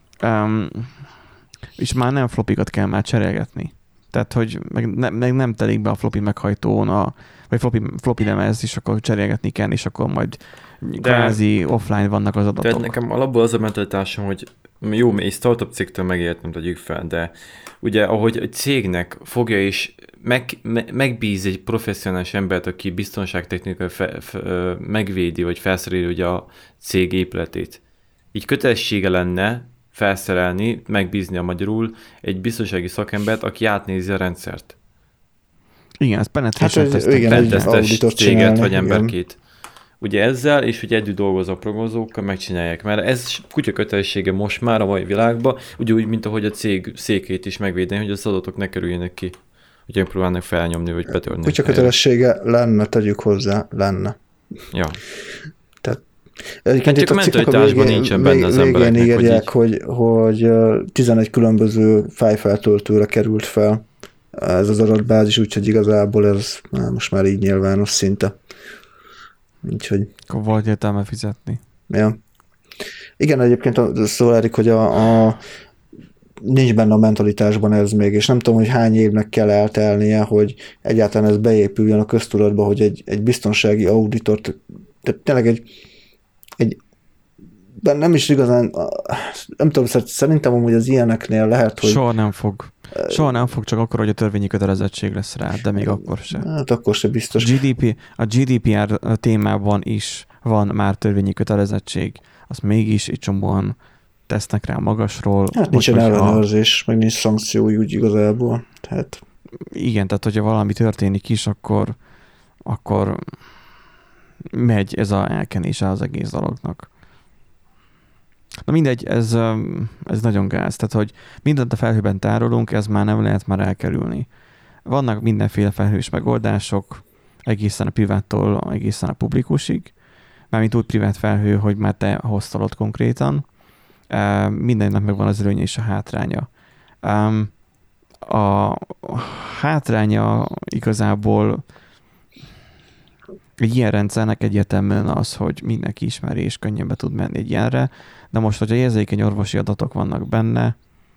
És már nem flopikat kell már cserélgetni. Tehát, hogy meg nem telik be a floppy meghajtón, vagy floppy lemez, és akkor cserélgetni kell, és akkor majd kvázi offline vannak az adatok. Tehát nekem alapból az a mentalitásom, hogy jó, egy startup cégtől megértem, tegyük fel, de ugye ahogy egy cégnek fogja és megbíz egy professzionális embert, aki biztonságtechnikai megvédi, vagy felszereli ugye a cég épületét. Így kötelessége lenne felszerelni, megbízni a magyarul egy biztonsági szakembert, aki átnézi a rendszert. Igen, ez penetesztes céget, vagy emberkét. Ugye ezzel, és ugye együtt dolgozó programozókkal megcsinálják, mert ez kutya kötelessége most már a mai világban, úgy, mint ahogy a cég székét is megvédeni, hogy az adatok ne kerüljenek ki. Ugye próbálnak felnyomni, vagy betörni. Kutya kötelessége lenne, tegyük hozzá, lenne. Ja. Tehát csak a mentalitásban nincsen benne az embereknek. Írják, hogy 11 különböző fájlfeltöltőre került fel ez az adatbázis, úgyhogy igazából ez most már így nyilvános szinte. Úgyhogy... Akkor volt értelme fizetni. Ja. Igen, egyébként szóval Erik, hogy nincs benne a mentalitásban ez még, és nem tudom, hogy hány évnek kell eltelnie, hogy egyáltalán ez beépüljön a köztudatba, hogy egy biztonsági auditort, tehát tényleg de nem is igazán, nem tudom, szerintem amúgy az ilyeneknél lehet, hogy... Soha nem fog, csak akkor, hogy a törvényi kötelezettség lesz rá, de még akkor sem. Hát akkor sem biztos. A GDPR témában is van már törvényi kötelezettség, azt mégis egy csomóan tesznek rá magasról. Hát nincsen ellenőrzés, meg nincs szankció úgy igazából. Tehát... Igen, tehát hogyha valami történik is, akkor megy ez a elkenése az egész dolognak. Na mindegy, ez nagyon gáz. Tehát, hogy mindent a felhőben tárolunk, ez már nem lehet már elkerülni. Vannak mindenféle felhős megoldások, egészen a priváttól, egészen a publikusig. Mármint úgy privát felhő, hogy már te hoztalod konkrétan. Mindennek megvan az előnye és a hátránya. A hátránya igazából egy ilyen rendszernek egyértelműen az, hogy mindenki ismeri és könnyen be tud menni egy ilyenre, de most, hogyha érzékeny orvosi adatok vannak benne,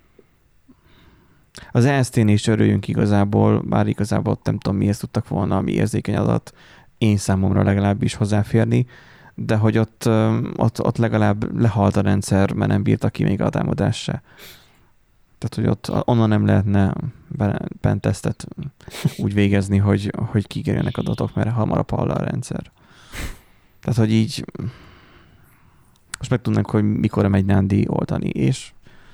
az EST-n is örüljünk igazából, bár igazából nem tudom, mihez tudtak volna ami érzékeny adat, én számomra legalábbis hozzáférni, de hogy ott legalább lehalt a rendszer, mert nem bírta ki még a támadást se. Tehát, hogy ott onnan nem lehetne pentesztet úgy végezni, hogy kikerülnek adatok, mert hamarabb hall a rendszer. Tehát, hogy így most megtudnak, hogy mikor megy Nándi oltani, és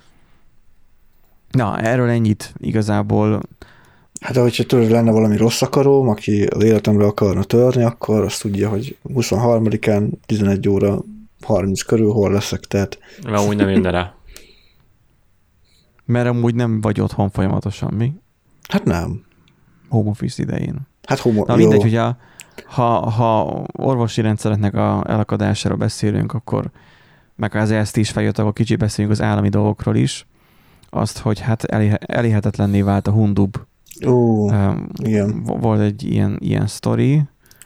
na, erről ennyit igazából. Hát, hogyha tőle lenne valami rossz akarom, aki az életemre akarna törni, akkor azt tudja, hogy 23-án 11 óra 30 körül hol leszek, tehát... Mert amúgy nem jönne rá. Mert amúgy nem vagy otthon folyamatosan, mi? Hát nem. Home office idején. Hát na mindegy, hogy ha orvosi rendszereknek elakadásáról beszélünk, akkor meg ha ezt is feljött, akkor kicsit beszéljünk az állami dolgokról is. Azt, hogy hát elérhetetlenné vált a Hundub. Igen. Volt egy ilyen sztori.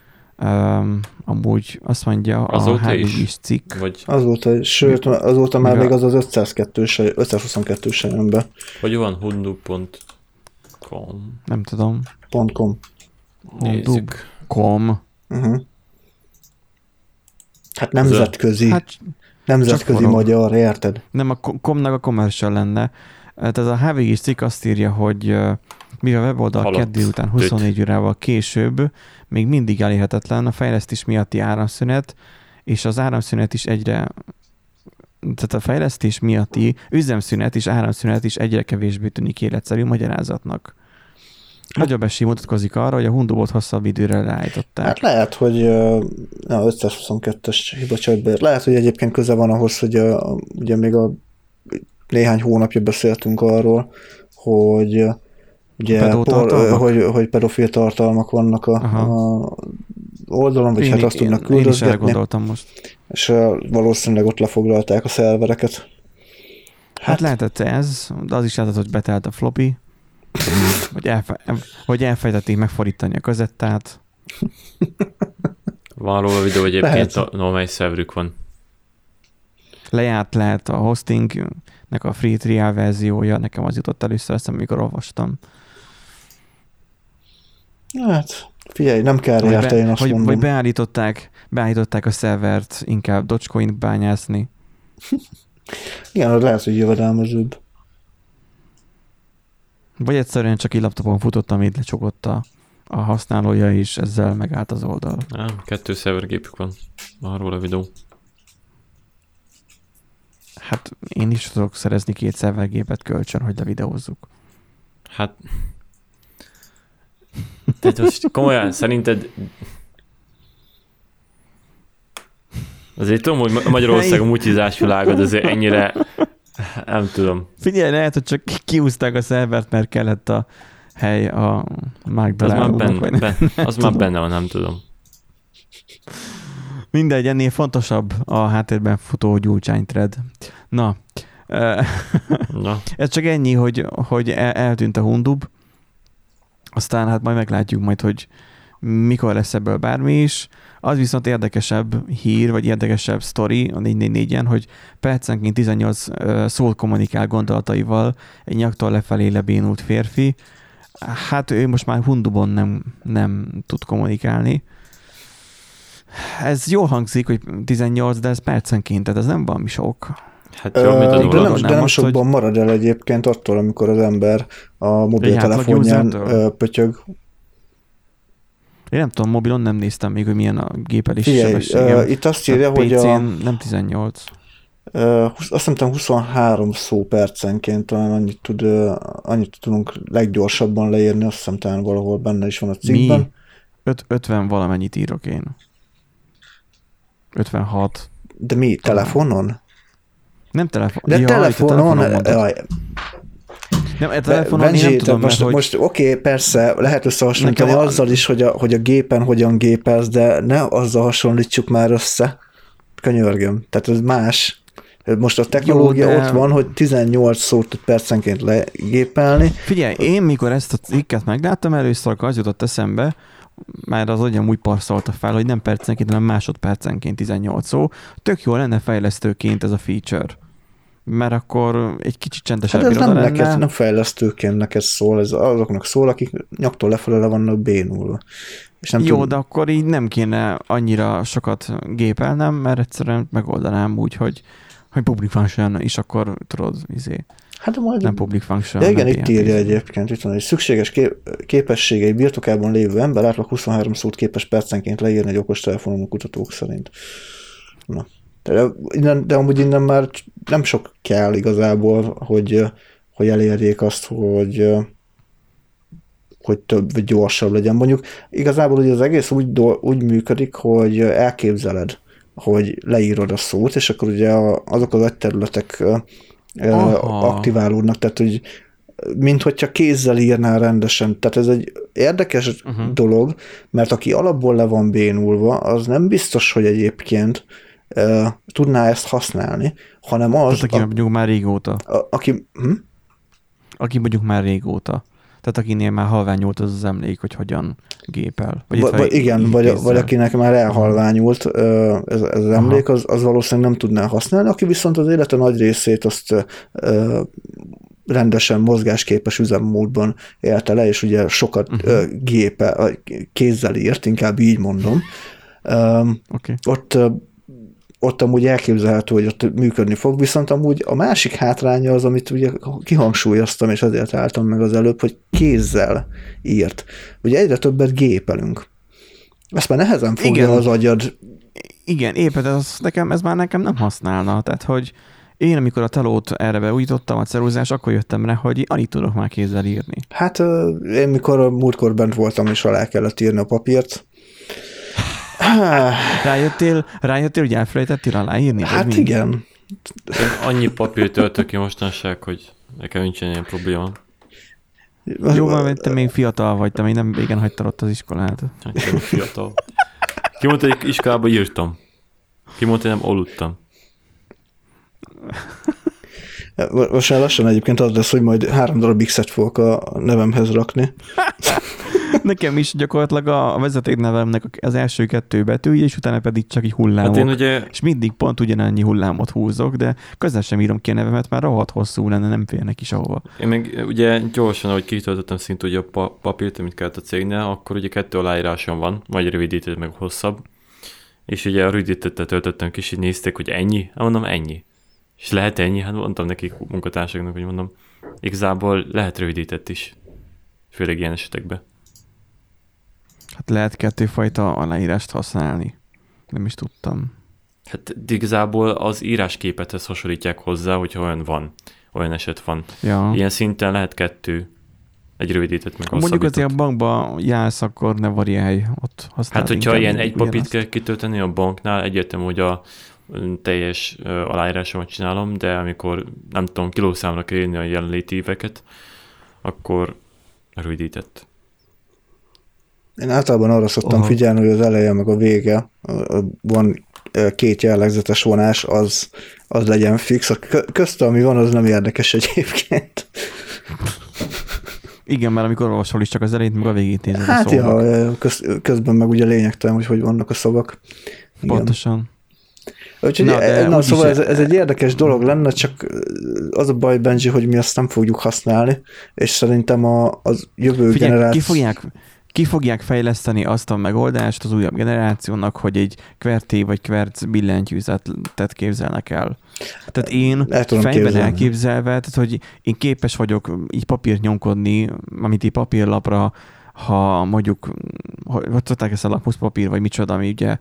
Amúgy azt mondja azóta a HVG-s cikk. Vagy... Azóta, sőt, azóta már még az 522-es jön be. Hogy van hundub.com? Nem tudom. .com. Hundub.com. Hát nemzetközi. Nemzetközi magyar, érted? Nem, a komnak a commercial lenne. Tehát a HVG-s cikk azt írja, hogy mivel a weboldal kedd délután 24 órával később még mindig elérhetetlen, a fejlesztés miatti áramszünet, és az áramszünet is tehát a fejlesztés miatti üzemszünet és áramszünet is egyre kevésbé tűnik életszerű magyarázatnak. Nagyobb esély mutatkozik arra, hogy a Hundubot hosszabb időre leállították. Hát lehet, hogy 522-es hibacsatber. Lehet, hogy egyébként köze van ahhoz, hogy ugye még néhány hónapja beszéltünk arról, hogy ugye hogy pedofil tartalmak vannak a oldalon, vagy hát azt tudnak küldözgetni. Én is gondoltam most. És valószínűleg ott lefoglalták a szervereket. Hát lehetett ez, de az is lehetett, hogy betelt a floppy, hogy elfejtették megfordítani a kazettát. Van róla videó egyébként, mely szerverük van. Lejárt lehet a hostingnek a free trial verziója, nekem az jutott először eszembe, amikor olvastam. Hát, figyelj, nem kell érte, én azt mondom. Vagy beállították a szervert inkább Dogecoin bányászni. Igen, lehet, hogy jövedelmezőbb. Vagy egyszerűen csak egy laptopon futott, amit lecsogott a használója, és ezzel megállt az oldal. 2 szervergépük van. Arról a videó. Hát én is tudok szerezni 2 szervergépet kölcsön, hogy levideózzuk. Hát... Tehát most komolyan, szerinted... Azért tudom, hogy Magyarország a mutizás világod azért ennyire... Nem tudom. Figyelj, lehet, hogy csak kiúzták a szervert, mert kellett a hely a Magdalánónak. Az már benne van, nem tudom. Mindegy, ennél fontosabb a háttérben futó Gyurcsány thread. Na. Ez csak ennyi, hogy eltűnt a Hundub. Aztán hát majd meglátjuk majd, hogy mikor lesz ebből bármi is. Az viszont érdekesebb hír, vagy érdekesebb sztori a 444-en, hogy percenként 18 szót kommunikál gondolataival egy nyaktól lefelé lebénult férfi. Hát ő most már Hundubon nem tud kommunikálni. Ez jól hangzik, hogy 18, de ez percenként, tehát ez nem valami sok. Hát jó, mint de nem sokban marad el egyébként attól, amikor az ember a mobiltelefonján pötyög. Én nem tudom, mobilon nem néztem még, hogy milyen a gépelési sebességem. Itt azt írja, hogy PC-n nem 18. Azt hiszem 23 szó percenként, talán annyit tudunk leggyorsabban leírni, azt hiszem talán valahol benne is van a cikkben. Mi? 50 valamennyit írok én. 56. De mi? Telefonon? Nem telefon. De telefonon... Nem, telefonon én nem tudom, most oké, persze, lehet összehasonlítani azzal is, hogy a gépen hogyan gépelsz, de ne azzal hasonlítsuk már össze. Könyörgöm. Tehát ez más. Most a technológia ott van, hogy 18 szót tud percenként legépelni. Figyelj, én mikor ezt a cikket megláttam először, akkor az jutott eszembe, már az agyam úgy parszolta fel, hogy nem percenként, hanem másodpercenként 18 szó. Tök jó lenne fejlesztőként ez a feature. Mert akkor egy kicsit csendesebb iroda lenne. Hát ez nem fejlesztőként neked szól, ez azoknak szól, akik nyaktól lefele vannak bénulva. És nem jó, de akkor így nem kéne annyira sokat gépelnem, mert egyszerűen megoldanám úgy, hogy hogy public function, és akkor tudod, hát de majd nem public function. Ja, igen, itt írja egyébként, itt van, hogy szükséges képességei birtokában lévő ember átlag 23 szót képes percenként leírni egy okostelefonon a kutatók szerint. Na. De amúgy innen már nem sok kell igazából, hogy elérjék azt, hogy több vagy gyorsabb legyen. Mondjuk igazából ugye az egész úgy működik, hogy elképzeled, hogy leírod a szót, és akkor ugye azok az agyterületek aktiválódnak, tehát hogy minthogyha kézzel írnál rendesen. Tehát ez egy érdekes dolog, mert aki alapból le van bénulva, az nem biztos, hogy egyébként tudná ezt használni, hanem az... Tehát aki mondjuk már régóta. Aki mondjuk már régóta. Tehát akinél már halványult az emlék, hogy hogyan gépel. Vagy akinek már elhalványult ez az emlék, az valószínűleg nem tudná használni, aki viszont az élete nagy részét azt rendesen mozgásképes üzemmódban élte le, és ugye sokat kézzel írt, inkább így mondom. Ott amúgy elképzelhető, hogy ott működni fog, viszont amúgy a másik hátránya az, amit ugye kihangsúlyoztam, és azért álltam meg az előbb, hogy kézzel írt. Ugye egyre többet gépelünk. Ezt már nehezen fogja az agyad. Igen, éppen ez már nekem nem használna. Tehát, hogy én, amikor a telót erre beújítottam a ceruzás, akkor jöttem rá, hogy alig tudok már kézzel írni. Hát én mikor a múltkor bent voltam, és alá kellett írni a papírt, Rájöttél, hogy elfelejtettél aláírni? Hát igen. Én annyi papírt töltök ki mostanság, hogy nekem nincsen ilyen probléma. Jó, mert te még fiatal vagy, te még nem régen hagytad ott az iskolát. Hát én fiatal. Ki mondta, hogy iskolába írtam? Ki mondta, hogy nem aludtam? Most már lassan egyébként az lesz, hogy majd 3 darab X-et fogok a nevemhez rakni. Nekem is gyakorlatilag a vezetéknevemnek az első 2 betűje, és utána pedig csak így hullámok. Hát ugye... És mindig pont ugyanannyi hullámot húzok, de közel sem írom ki a nevemet, már rohadt hosszú lenne, nem férnek is ahova. Én meg ugye gyorsan, ahogy kitöltöttem szint ugye a papírt, amit kellett a cégnél, akkor ugye 2 aláírásom van, vagy rövidített, meg hosszabb. És ugye a rövidítettet töltöttem ki, és így nézték, hogy ennyi? Hát mondom, ennyi. És lehet ennyi? Hát mondtam nekik munkatársaknak, hogy mondom, igazából lehet rövidített is. Főleg ilyen esetekben. Hát lehet 2 fajta aláírást használni. Nem is tudtam. Hát igazából az írásképethez hasonlítják hozzá, hogyha olyan van. Olyan eset van. Ja. Ilyen szinten lehet 2. Egy rövidített meg hosszabbított. Mondjuk azért a bankba jársz, akkor ne variálj ott használni. Hát, hogyha ilyen egy papírt kell kitölteni a banknál, egyértelmű, hogy a teljes aláírásomat csinálom, de amikor nem tudom, kilószámra kell írni a jelenléti éveket, akkor rövidített. Én általában arra szoktam figyelni, hogy az eleje meg a vége van 2 jellegzetes vonás, az legyen fix. Közt, ami van, az nem érdekes egyébként. Igen, mert amikor olvasol is csak az elejét, meg a végét nézed hát a szavak. Ja, közben meg ugye lényegtelen, hogy vannak a szavak. Igen. Pontosan. Úgyhogy szóval ez egy érdekes dolog lenne, csak az a baj, Benji, hogy mi azt nem fogjuk használni, és szerintem az jövő generáció... Ki fogják fejleszteni azt a megoldást az újabb generációnak, hogy egy QWERTY vagy QWERTZ billentyűzetet képzelnek el. Tehát én fejben elképzelve, tehát hogy én képes vagyok így papírt nyomkodni, amit így papírlapra, ha mondjuk, hogy tudták ezt a lapmusz papír, vagy micsoda, ami ugye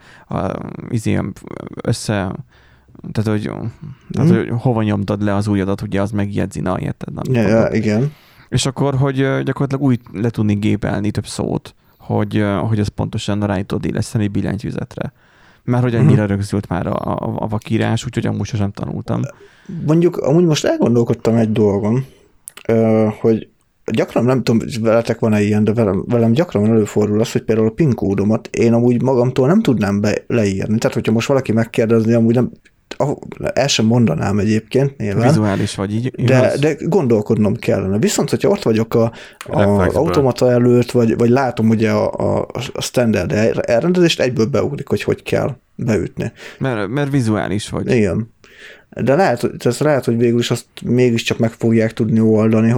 tehát hogy hova nyomtad le az ujjadat, ugye az megjegyzi, na, érted? Ja, igen. És akkor, hogy gyakorlatilag úgy le tudni gépelni több szót, hogy ez pontosan rá tudod illeszteni billentyűzetre. Mert hogy annyira rögzült már a vakírás, úgyhogy amúgy sem tanultam. Mondjuk, amúgy most elgondolkodtam egy dolgon, hogy gyakran, nem tudom, veletek van-e ilyen, de velem gyakran előfordul az, hogy például a PIN kódomat én amúgy magamtól nem tudnám leírni. Tehát, hogyha most valaki megkérdezni, amúgy nem, el sem mondanám egyébként nyilván. Vizuális vagy így. De gondolkodnom kellene. Viszont, hogyha ott vagyok az automata előtt, vagy látom ugye a standard elrendezést, egyből beugrik, hogy kell beütni. Mert vizuális vagy. Igen. De lehet, hogy végül is azt mégiscsak meg fogják tudni oldani,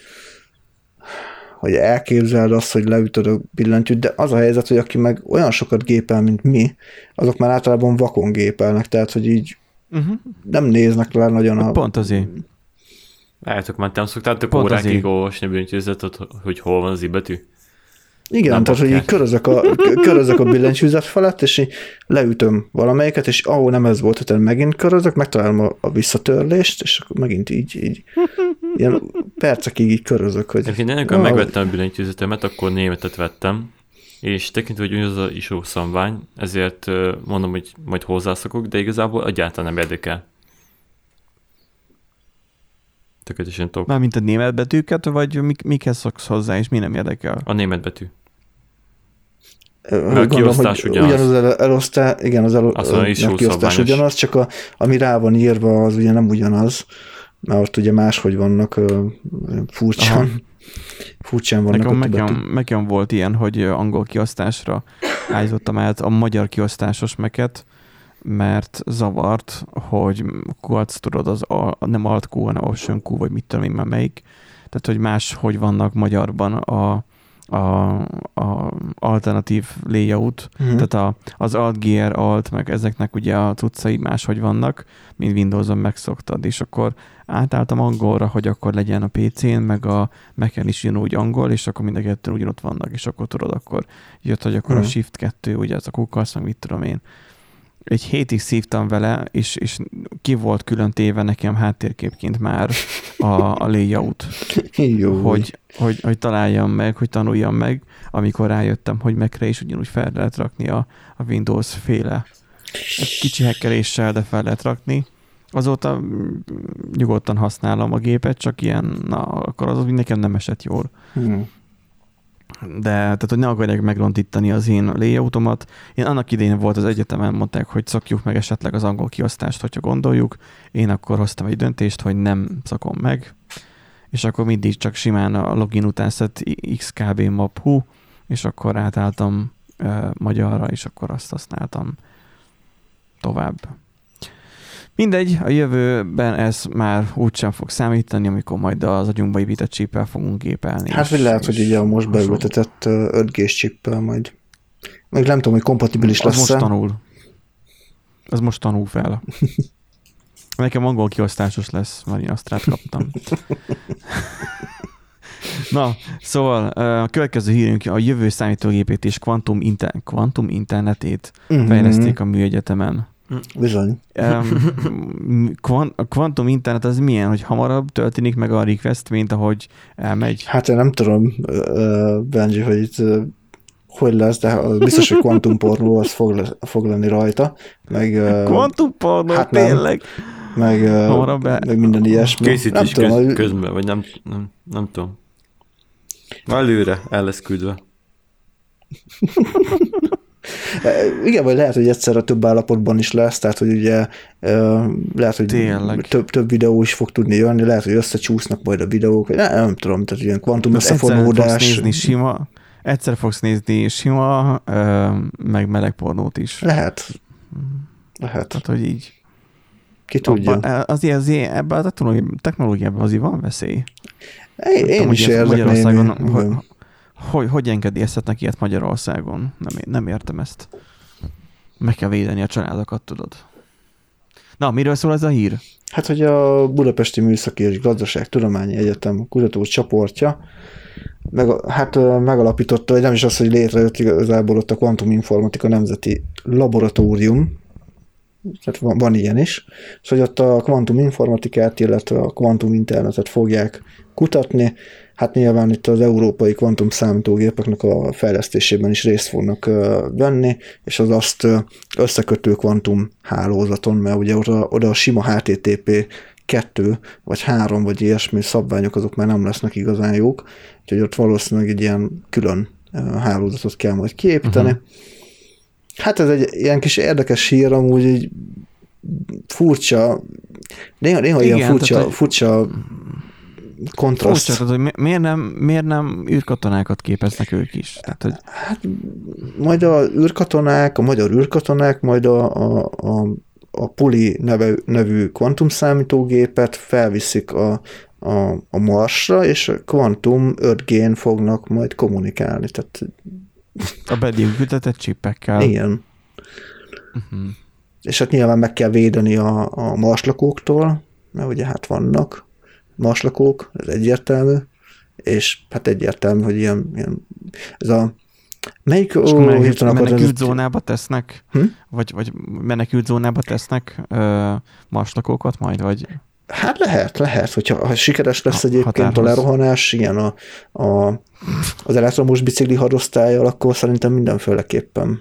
hogy elképzeld azt, hogy leütöd a billentyűt, de az a helyzet, hogy aki meg olyan sokat gépel, mint mi, azok már általában vakon gépelnek, tehát, hogy így nem néznek rá nagyon Pont azért. Látok, már nem szoktátok órákig olvasni a billentyűzetet, hogy hol van az i-betű? Igen, nem tehát, hogy így körözök a billentyűzet felett, és így leütöm valamelyiket, és ahol nem ez volt, hogy megint körözök, megtalálom a visszatörlést, és akkor megint így ilyen percekig így körözök. Hogy amikor megvettem a billentyűzetemet, akkor németet vettem, és tekintve, hogy ugyanaz az ISO szabvány, ezért mondom, hogy majd hozzászokok, de igazából egyáltalán nem érdekel. Tökéletesen top. Mármint a német betűket, vagy mikhez szoksz hozzá, és mi nem érdekel? A német betű. A kiosztás ugyanaz. A kiosztás ugyanaz, csak ami rá van írva, az ugye nem ugyanaz, mert ott ugye máshogy vannak furcsán vannak. Nekem volt ilyen, hogy angol kiosztásra állítottam át a magyar kiosztásos meket, mert zavart, hogy kuac, tudod, az nem Alt-Q, hanem Option Q, vagy mit tudom én már melyik. Tehát, hogy máshogy vannak magyarban a alternatív layout, tehát az Alt-Gear, Alt, meg ezeknek ugye a cuccai máshogy vannak, mint Windows-on megszoktad, és akkor átálltam angolra, hogy akkor legyen a PC-n, meg a Mac-en is ugyanúgy angol, és akkor mind a kettőn ugyanott vannak, és akkor tudod, akkor jött, hogy akkor a Shift 2, ugye ez a kukasz, meg mit tudom én. Egy hétig szívtam vele, és ki volt külön téve nekem háttérképként már a layout. hogy találjam meg, hogy tanuljam meg, amikor rájöttem, hogy Mac-re is ugyanúgy fel lehet rakni a Windows féle. Egy kicsi hekkeléssel, de fel lehet rakni. Azóta nyugodtan használom a gépet, csak ilyen, akkor az nekem nem esett jól. De tehát, hogy ne akarják megrontítani az én layoutomat. Én annak idején volt az egyetemen, mondták, hogy szakjuk meg esetleg az angol kiosztást, hogyha gondoljuk. Én akkor hoztam egy döntést, hogy nem szakom meg, és akkor mindig csak simán a login után szett xkb map hu, és akkor átálltam magyarra, és akkor azt használtam tovább. Mindegy, a jövőben ez már úgysem fog számítani, amikor majd az agyunkba épített chip-el fogunk gépelni. Hát, vagy lehet, hogy ugye a most beültetett 5G-s chip-el majd. Meg nem tudom, hogy kompatibilis lesz. Az most tanul fel. Nekem angol kiosztásos lesz, mert én azt kaptam. Na, szóval a következő hírünk a jövő számítógépét és kvantum internetét fejleszték a műegyetemen. Bizony. A kvantum internet az milyen, hogy hamarabb történik meg a request, mint ahogy elmegy? Hát én nem tudom, Benji, hogy itt hogy lesz, de biztos, hogy kvantumpornó az fog lenni rajta. Kvantumpornó, hát tényleg? Meg minden ilyesmi. Készítés közben, vagy nem tudom. Előre el lesz küldve. Igen, vagy lehet, hogy egyszerre több állapotban is lesz, tehát, hogy ugye lehet, hogy több videó is fog tudni jönni, lehet, hogy összecsúsznak majd a videók, nem tudom, tehát ilyen kvantum összefonódás. Egyszer fogsz nézni sima, meg meleg pornót is. Lehet. Tehát, hogy így. Ki tudja. Azért ebben a technológiában azért van veszély. Én is érdekném. Hogy engedélyezhetnek ilyet Magyarországon? Nem értem ezt. Meg kell védeni a családokat, tudod. Na, miről szól ez a hír? Hát, hogy a Budapesti Műszaki és Gazdaságtudományi Egyetem kutatócsoportja megalapította, hogy nem is az, hogy létrejött igazából ott a kvantuminformatika nemzeti laboratórium, tehát van ilyen is, és hogy ott a kvantuminformatikát, illetve a kvantuminternetet fogják kutatni. Hát nyilván itt az európai kvantum számítógépeknek a fejlesztésében is részt fognak venni, és az azt összekötő kvantum hálózaton, mert ugye oda a sima HTTP 2 vagy 3 vagy ilyesmi szabványok azok már nem lesznek igazán jók, úgyhogy ott valószínűleg egy ilyen külön hálózatot kell majd kiépíteni. Hát ez egy ilyen kis érdekes hír, amúgy így furcsa, néha ilyen furcsa kontraszt. Furcsa, hogy miért nem űrkatonákat képeznek ők is? Tehát, hogy... Hát majd a magyar űrkatonák, majd a Puli nevű kvantumszámítógépet felviszik a Marsra, és a kvantum 5G-n fognak majd kommunikálni. Tehát... A belénkültetett csipekkel. Igen. És hát nyilván meg kell védeni a marslakóktól, mert ugye hát vannak marslakók, ez egyértelmű, és hát egyértelmű, hogy ilyen ez a melyik menekült zónába tesznek? Vagy menekült zónába tesznek marslakókat majd, vagy? Hát lehet, hogyha sikeres lesz egyébként a lerohanás, igen, az elektromos bicikli hadosztállyal, akkor szerintem mindenféleképpen.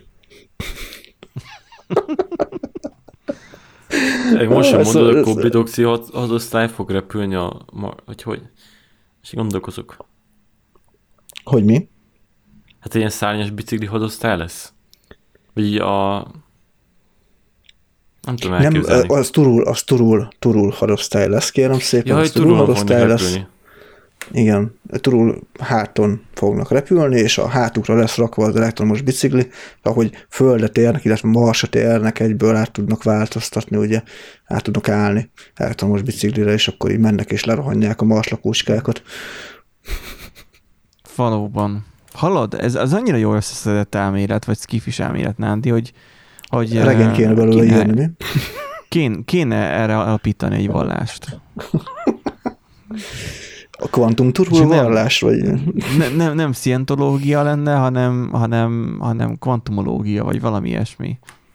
Most sem mondod, hogy Koblidoxi hadosztály fog repülni vagy hogy? És gondolkozok. Hogy mi? Hát ilyen szárnyas bicikli hadosztály lesz? Vagy nem tudom elképzelni. Nem, az turul hadosztály lesz, kérem szépen. Ja, hogy turul hadosztály lesz. Igen, turul háton fognak repülni, és a hátukra lesz rakva az elektromos bicikli, ahogy földet érnek, illetve marsat érnek, egyből át tudnak változtatni, ugye, át tudnak állni elektromos biciklire, és akkor így mennek és lerohanják a marslakócskákat. Valóban. Hallod, ez az annyira jól összeszedett elmélet, vagy skifis elmélet, Nándi, hogy regen kéne belőle írni, mi? Kéne erre alapítani egy vallást. A kvantum turul vallás, vagy? Nem szientológia lenne, hanem kvantumológia, vagy valami ilyesmi.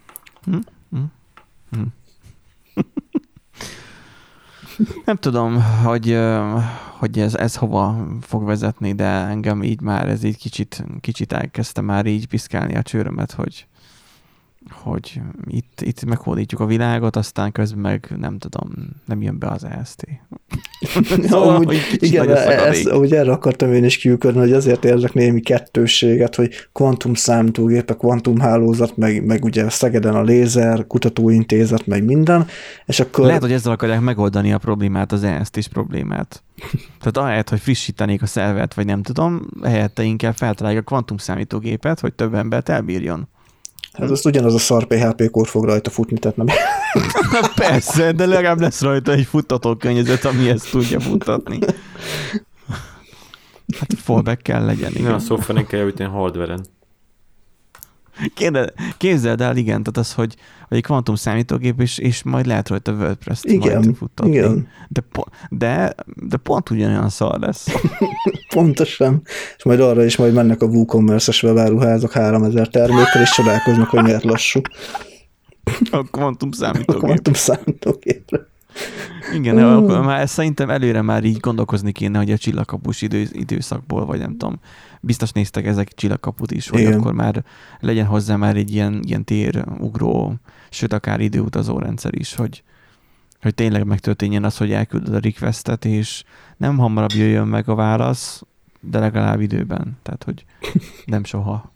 Nem tudom, hogy ez hova fog vezetni, de engem így már ez így kicsit elkezdte már így piszkálni a csőrömet, hogy itt meghódítjuk a világot, aztán közben meg nem tudom, nem jön be az EST. Szóval, igen, erre akartam én is kiüködni, hogy azért érzek némi kettősséget, hogy kvantum számítógépek, kvantumhálózat, meg ugye Szegeden a lézer, kutatóintézet, meg minden, és akkor... Lehet, hogy ezzel akarják megoldani a problémát, az EST-s problémát. Tehát ahelyett, hogy frissítenék a szervert, vagy nem tudom, helyette inkább feltalálják a kvantum számítógépet, hogy több embert elbírjon. Hát azt ugyanaz a szar PHP kód fog rajta futni, tehát nem... Persze, de legalább lesz rajta egy futtatókörnyezet, ami ezt tudja futtatni. Hát fallback kell legyen, igen. Nem, a szoftveren kell javítani a hardveren. Képzeld el, igen, tehát az, hogy egy kvantum számítógép, és majd lehet rajta WordPress-t majd futtatni. Igen. De pont ugyanolyan szar lesz. Pontosan. És majd arra is majd mennek a WooCommerce-es webáruházak 3000 termékkel, és csodálkoznak, hogy miért lassú. A kvantum számítógépre. Igen, már szerintem előre már így gondolkozni kéne, hogy a csillagkapus időszakból, vagy nem tudom, biztos néztek ezek csillagkaput is, hogy igen. Akkor már legyen hozzá már egy ilyen térugró, sőt akár időutazó rendszer is, hogy tényleg megtörténjen az, hogy elküldöd a requestet, és nem hamarabb jöjjön meg a válasz, de legalább időben. Tehát, hogy nem soha.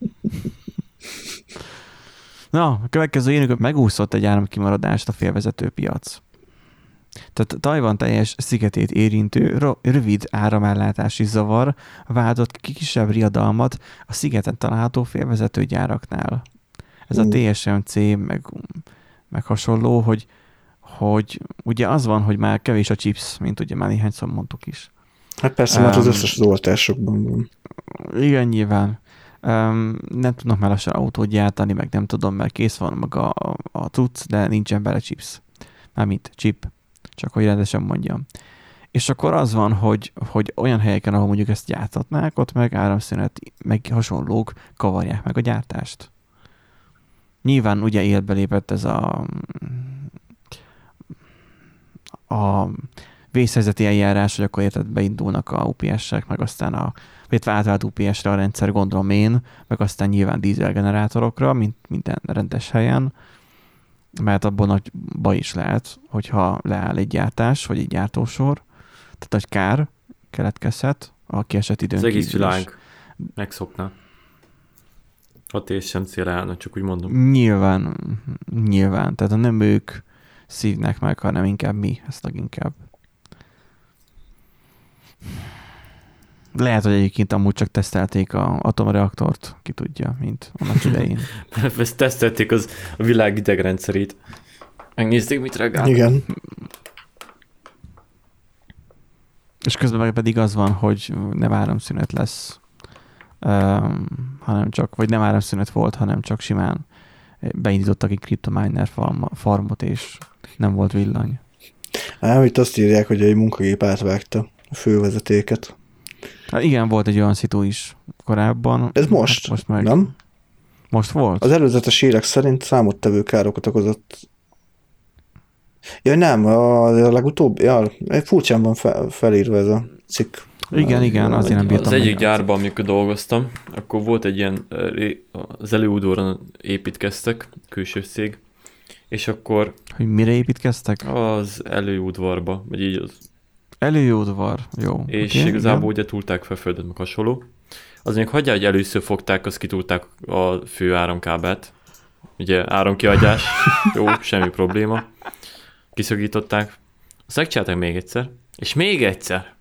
Na, a következő években megúszott egy áramkimaradást a félvezető piac. Tehát Tajvan teljes szigetét érintő rövid áramellátási zavar váltott ki kisebb riadalmat a szigeten található félvezető gyáraknál. Ez a TSMC meg hasonló, hogy ugye az van, hogy már kevés a chips, mint ugye már néhányszor mondtuk is. Hát persze, mert az összes az oltásokban van. Igen, nyilván. Nem tudnak már lassan autót gyártani, meg nem tudom, mert kész van maga a cucc, de nincsen bele chips. Mármint chip. Csak hogy rendesen mondjam. És akkor az van, hogy olyan helyeken, ahol mondjuk ezt gyártatnák, ott meg áramszünet, meg hasonlók kavarják meg a gyártást. Nyilván ugye életbe lépett ez a vészhelyzeti eljárás, hogy akkor érted, beindulnak a UPS-ek, meg aztán átvált UPS-re a rendszer, gondolom én, meg aztán nyilván dízelgenerátorokra, mint minden rendes helyen, mert abban nagy baj is lehet, hogyha leáll egy gyártás, vagy egy gyártósor, tehát nagy kár keletkezhet a kiesett időn kívül. Az egész világ megszokna. A TSMC leállna, csak úgy mondom. Nyilván. Tehát nem ők szívnek meg, hanem inkább mi, ezt leginkább. Lehet, hogy egyébként amúgy csak tesztelték az atomreaktort, ki tudja, mint annak idején. Ezt tesztelték a világ idegrendszerét. Megnézték, mit reagál. Igen. És közben pedig az van, hogy nem áramszünet lesz, hanem csak, vagy nem áramszünet volt, hanem csak simán beindítottak egy CryptoMiner farmot, és nem volt villany. Itt azt írják, hogy egy munkagép átvágta a fővezetéket. Hát igen, volt egy olyan szitu is korábban. Ez most? Hát most nem? Most volt? Az előzetes hírek szerint számottevő károkat okozott. Ja, nem, a legutóbb, furcsán van felírva ez a cikk. Igen, azért nem bírtam. Az egyik gyárban, amikor dolgoztam, akkor volt egy ilyen, az előudvaron építkeztek, külső cég, és akkor... Hogy mire építkeztek? Az előudvarba, vagy így az... Előudvar, jó. És igazából ugye túlták fel földet, meg hasonló. Az még hagyjál, hogy először fogták, azt kitúlták a fő áramkábelt. Ugye áramkiadás, jó, semmi probléma. Kiszakították. Azt megcsinálták még egyszer. És még egyszer.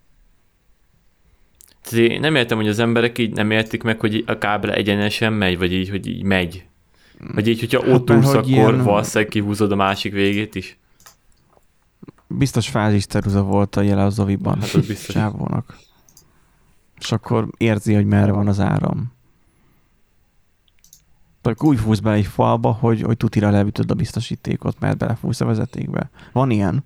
Tehát nem értem, hogy az emberek így nem értik meg, hogy a kábel egyenesen megy, vagy így, hogy így megy. Vagy így, hogyha ott úrsz, akkor ilyen... valószínűleg kihúzod a másik végét is. Biztos fázisceruza volt a jele az oviban. Hát az biztos. Sávónak. És akkor érzi, hogy merre van az áram. Tehát úgy fúsz bele egy falba, hogy tutira leütöd a biztosítékot, mert belefúsz a vezetékbe. Van ilyen.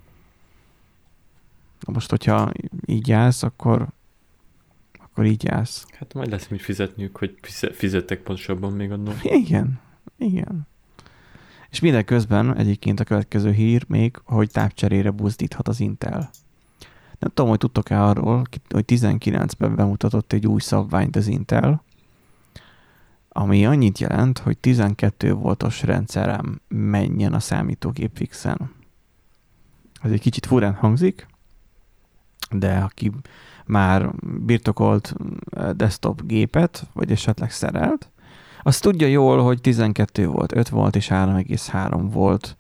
Na most, hogyha így jársz, akkor így jársz. Hát majd lesz mit fizetniük, hogy fizettek pontosabban még annól. Igen. És mindeközben egyébként a következő hír még, hogy távcserére buzdíthat az Intel. Nem tudom, hogy tudtok-e arról, hogy 19-ben bemutatott egy új szabványt az Intel, ami annyit jelent, hogy 12 voltos rendszerem menjen a számítógép fixen. Ez egy kicsit furán hangzik, de aki már birtokolt desktop gépet, vagy esetleg szerelt, azt tudja jól, hogy 12 volt, 5 volt és 3,3 volt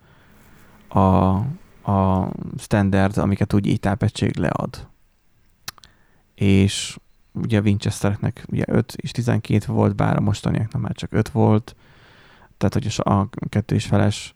a standard, amiket úgy így tápegység lead. És ugye a Winchestereknek ugye 5 és 12 volt, bár a mostaniaknak már csak 5 volt, tehát hogy a 2 és feles.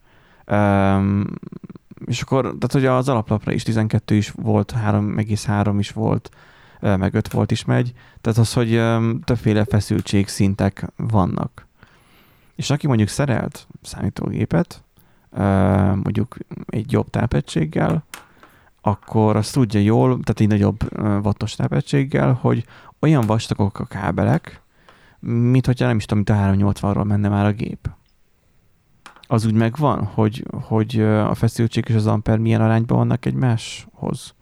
És akkor, tehát hogy az alaplapra is 12 is volt, 3,3 is volt, meg 5 volt is megy, tehát az, hogy többféle feszültségszintek vannak. És aki mondjuk szerelt számítógépet, mondjuk egy jobb tápegységgel, akkor azt tudja jól, tehát egy nagyobb wattos tápegységgel, hogy olyan vastagok a kábelek, mint hogyha nem is tudom, mint a 380-ról menne már a gép. Az úgy megvan, hogy a feszültség és az amper milyen arányban vannak egymáshoz?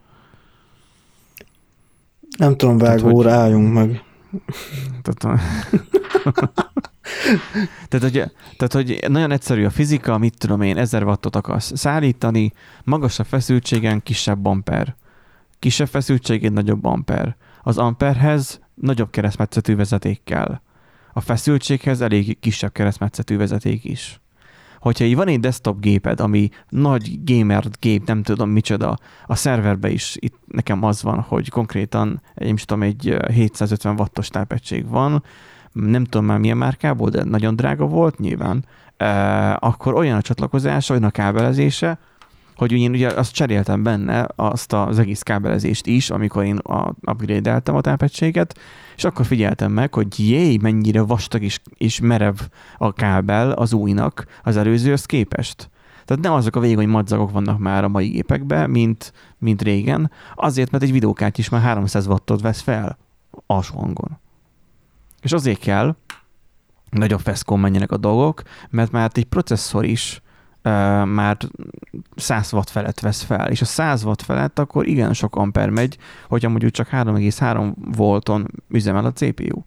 Nem tudom, vágó, rájunk meg. Tehát, hogy nagyon egyszerű a fizika, mit tudom én, 1000 wattot akarsz szállítani, magasabb feszültségen kisebb amper. Kisebb feszültségén nagyobb amper. Az amperhez nagyobb keresztmetszetű vezeték kell. A feszültséghez elég kisebb keresztmetszetű vezeték is. Hogyha így van egy desktop géped, ami nagy gamer gép, nem tudom micsoda, a szerverben is itt nekem az van, hogy konkrétan egy 750 wattos tápegység van, nem tudom már milyen márkából, de nagyon drága volt nyilván, akkor olyan a csatlakozása, olyan a kábelezése, hogy én ugye azt cseréltem benne, azt az egész kábelezést is, amikor én upgrade-eltem a tápegységet, és akkor figyeltem meg, hogy mennyire vastag és merev a kábel az újnak az előzőhöz képest. Tehát nem azok a vékony madzagok vannak már a mai gépekben, mint régen, azért, mert egy videókártya is már 300 wattot vesz fel alsó hangon. És azért kell nagyobb feszkón menjenek a dolgok, mert már egy processzor is már 100 watt felett vesz fel, és a 100 watt felett akkor igen sok amper megy, hogyha mondjuk csak 3,3 volton üzemel a CPU.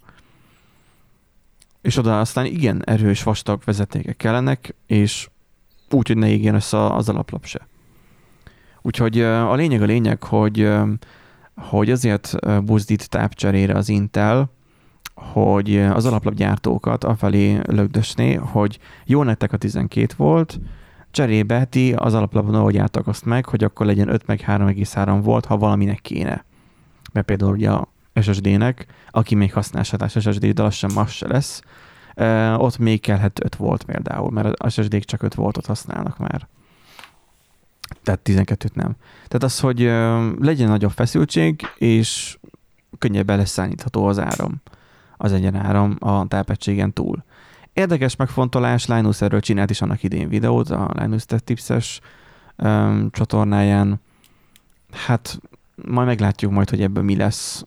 És oda aztán igen erős vastag vezetékek kellenek, és úgy, hogy ne égjen össze az alaplap se. Úgyhogy a lényeg, hogy azért buzdít tápcserére az Intel, hogy az alaplapgyártókat afelé lögdösné, hogy jó nektek a 12 volt, cserébe ti az alaplapon oldjátok azt meg, hogy akkor legyen 5 meg 3,3 volt, ha valaminek kéne. Mert például ugye a SSD-nek, aki még használ SSD-t, de lassan más se lesz, ott még kellhet 5 volt például, mert az SSD-k csak 5 voltot használnak már. Tehát 12-t nem. Tehát az, hogy legyen nagyobb feszültség, és könnyebben leszállítható az áram, az egyenáram a tápegységen túl. Érdekes megfontolás, Linus erről csinált is annak idén videót, a Linus Tech Tips-es csatornáján. Hát majd meglátjuk majd, hogy ebből mi lesz.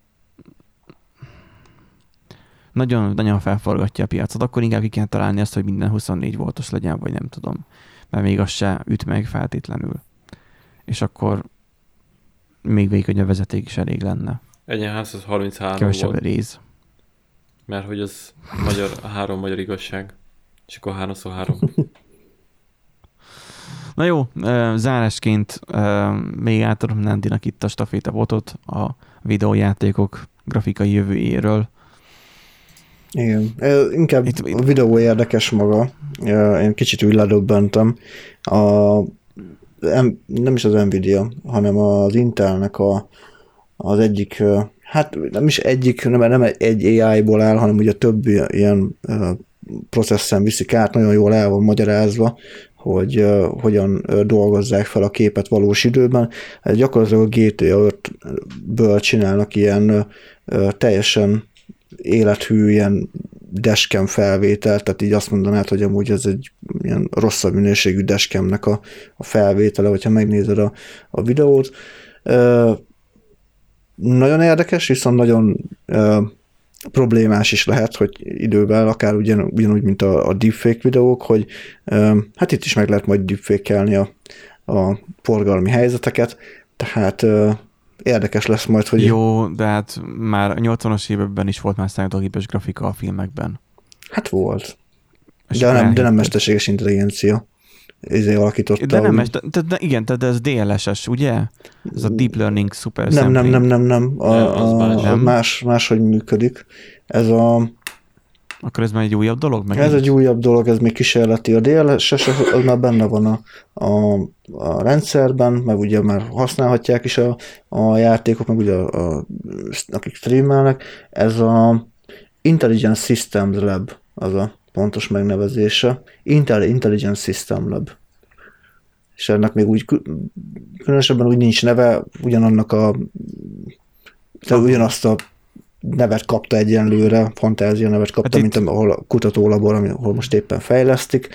Nagyon, nagyon felforgatja a piacot. Akkor inkább ki kell találni azt, hogy minden 24 voltos legyen, vagy nem tudom. Mert még az se üt meg feltétlenül. És akkor még végig a vezeték is elég lenne. Egyen 333 kevesebb volt. rész. Mert hogy az három magyar igazság. És akkor 3x3. Na jó, zárásként még átadom Nandinak itt a stafétabotot a videójátékok grafikai jövőjéről. Igen, inkább a videó érdekes maga. Én kicsit úgy ledöbbentem. Nem is az Nvidia, hanem az Intelnek az egyik, hát nem is egyik, nem egy AI-ból áll, hanem ugye több ilyen processzen viszik át, nagyon jól el van magyarázva, hogy hogyan dolgozzák fel a képet valós időben. Gyakorlatilag a GTA 5-ből csinálnak ilyen teljesen élethű, ilyen dashcam felvétel, tehát így azt mondanád, hogy amúgy ez egy ilyen rosszabb minőségű dashcamnek a felvétele, hogyha megnézed a videót. Nagyon érdekes, viszont nagyon problémás is lehet, hogy idővel, akár ugyanúgy, mint a deepfake videók, hogy hát itt is meg lehet majd deepfake-elni a forgalmi helyzeteket, tehát érdekes lesz majd, hogy... Jó, de hát már a 80-as években is volt már számítógépes grafika a filmekben. Hát volt. De nem mesterséges intelligencia. Ezért alakította. De nem, igen, tehát ez DLSS, ugye? Ez a Deep Learning Super Nem. Máshogy működik. Ez Akkor ez már egy újabb dolog? Ez egy újabb dolog, ez még kísérleti. A DLSS az már benne van a rendszerben, meg ugye már használhatják is a játékok, meg ugye akik streamelnek. Ez a Intelligent Systems Lab, az a pontos megnevezése. Intelligent System Lab. És ennek még úgy különösebben úgy nincs neve, ugyanazt a nevet kapta egyenlőre, fantázia nevet kapta, mint ahol a kutatólabor, ahol most éppen fejlesztik.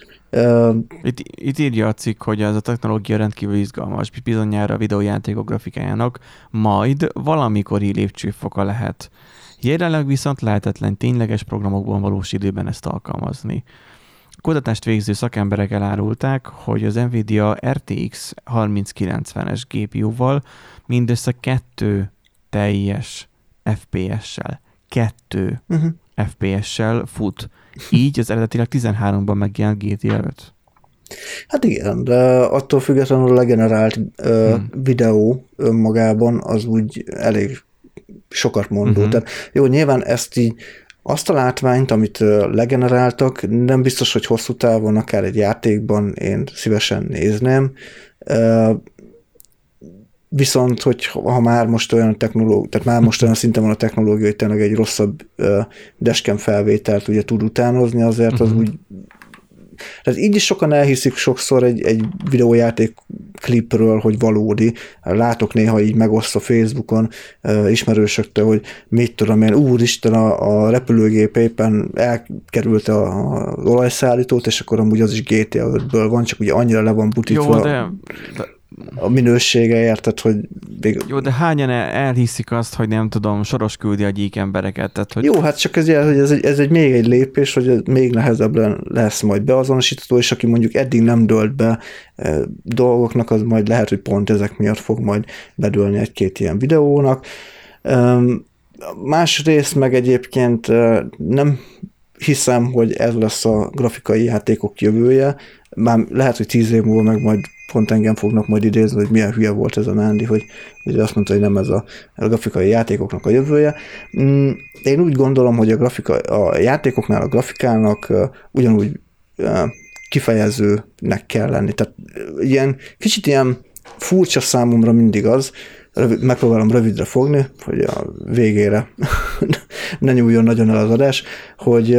Itt írja a cikk, hogy ez a technológia rendkívül izgalmas, bizonyára a videójátékok grafikájának majd valamikori lépcsőfoka lehet. Jelenleg viszont lehetetlen tényleges programokban valós időben ezt alkalmazni. Kutatást végző szakemberek elárulták, hogy az Nvidia RTX 3090-es GPU-val mindössze 2 teljes FPS-sel, 2 FPS-sel fut. Így az eredetileg 13-ban megjelent GTA 5. Hát igen, de attól függetlenül a legenerált videó önmagában az úgy elég sokat mondó. Tehát jó, nyilván ezt így azt a látványt, amit legeneráltak, nem biztos, hogy hosszú távon, akár egy játékban én szívesen nézném. Viszont, hogy ha már most olyan tehát már most olyan szinten van a technológia, hogy tényleg egy rosszabb dashcam felvételt ugye tud utánozni, azért az úgy. Tehát így is sokan elhiszik sokszor egy videójáték klipről, hogy valódi. Látok néha így megosztva Facebookon ismerősöktől, hogy mit tudom én, úristen, a repülőgép éppen elkerülte az olajszállítót, és akkor amúgy az is GTA 5-ből van, csak ugye annyira le van butítva. Jó, de a minősége, érted, hogy... Jó, de hányan elhiszik azt, hogy nem tudom, Soros küldi a gyík embereket? Tehát, hogy... Jó, hát csak hogy ez egy még egy lépés, hogy ez még nehezebb lesz majd beazonosítható, és aki mondjuk eddig nem dölt be dolgoknak, az majd lehet, hogy pont ezek miatt fog majd bedőlni egy-két ilyen videónak. Másrészt meg egyébként nem hiszem, hogy ez lesz a grafikai játékok jövője. Már lehet, hogy 10 év múlva meg majd pont engem fognak majd idézni, hogy milyen hülye volt ez a Nándi, hogy azt mondta, hogy nem ez a grafikai játékoknak a jövője. Én úgy gondolom, hogy a játékoknál a grafikának ugyanúgy kifejezőnek kell lenni. Tehát kicsit ilyen furcsa számomra mindig az, megpróbálom rövidre fogni, hogy a végére ne nyúljon nagyon el az adás, hogy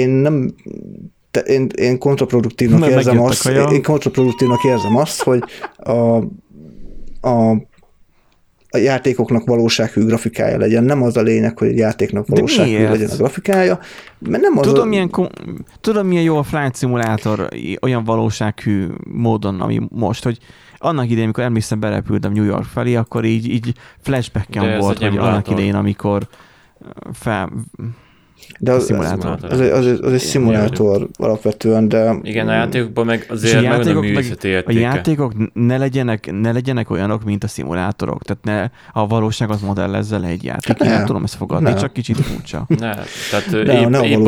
én kontraproduktívnak érzem azt, hogy a játékoknak valósághű grafikája legyen. Nem az a lényeg, hogy a játéknak valósághű legyen a grafikája. Mert nem az Tudom, milyen jó a Flight Simulator olyan valósághű módon, ami most, hogy annak idején, amikor emlékszem, berepültem New York felé, akkor így flashback-en volt, hogy annak idején, amikor de az egy szimulátor alapvetően, de... Igen, a játékokban meg azért megvan a művészeti értéke. A játékok ne legyenek olyanok, mint a szimulátorok. Tehát a valóságot modellezze le egy játék. Hát nem tudom ezt fogadni, csak kicsit furcsa. Tehát épp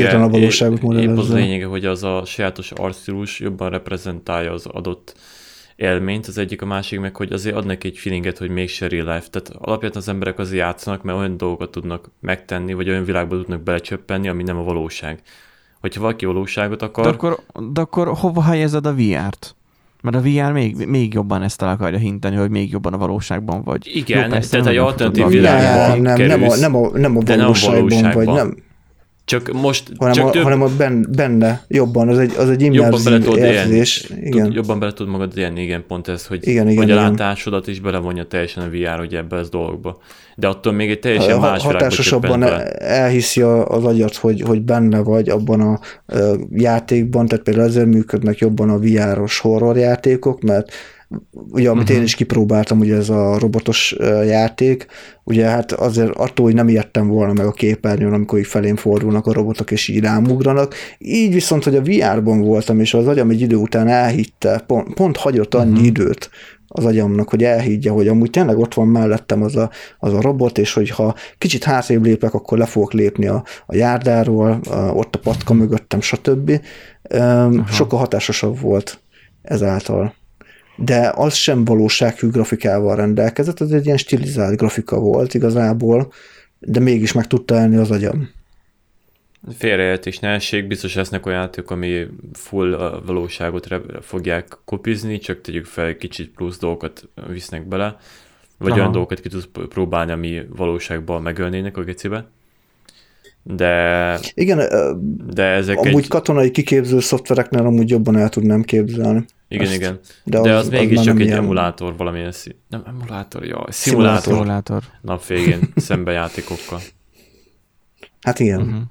az lényege, hogy az a sajátos arcsztílus jobban reprezentálja az adott élményt, az egyik, a másik meg, hogy azért ad neki egy feelinget, hogy mégse real life. Tehát alapvetően az emberek azért játszanak, mert olyan dolgokat tudnak megtenni, vagy olyan világba tudnak belecsöppenni, ami nem a valóság. Hogyha valaki valóságot akar... De akkor hova helyezed a VR-t? Mert a VR még jobban ezt el akarja hinteni, hogy még jobban a valóságban vagy. Igen, tehát egy alternatív világban kerülsz, nem a valóságban vagy, nem. Csak most... Hanem ott benne jobban, az egy immerzív érzés. Jobban bele tud magad élni, igen, pont ez, hogy a látásodat is belevonja teljesen a VR, hogy ebbe az dolgokba. De attól még egy teljesen más világba hatásosabban elhiszi az agyat, hogy benne vagy abban a játékban, tehát például ezért működnek jobban a VR-os horror játékok, mert ugye, amit én is kipróbáltam, ugye ez a robotos játék, ugye hát azért attól, hogy nem ijedtem volna meg a képernyőn, amikor így felém fordulnak a robotok, és így rámugranak. Így viszont, hogy a VR-ban voltam, és az agyam egy idő után elhitte, pont hagyott annyi időt az agyamnak, hogy elhiggye, hogy amúgy tényleg ott van mellettem az a robot, és hogyha kicsit hátrébb lépek, akkor le fogok lépni a járdáról, ott a patka mögöttem, stb. Sokkal hatásosabb volt ezáltal. De az sem valósághű grafikával rendelkezett, az egy ilyen stilizált grafika volt igazából, de mégis meg tudta elni az agyam. Félreértés, ne essék, biztos lesznek olyan játékok, ami full valóságot fogják kopizni, csak tegyük fel, kicsit plusz dolgokat visznek bele, vagy olyan dolgokat ki tudsz próbálni, ami valóságban megölnének a gecibe. De ezek amúgy katonai kiképző szoftvereknél amúgy jobban el tudnám képzelni. Igen. De az mégis csak egy emulátor valamilyen nem emulátor, szimulátor. Nap végén szembe játékokkal. Hát igen.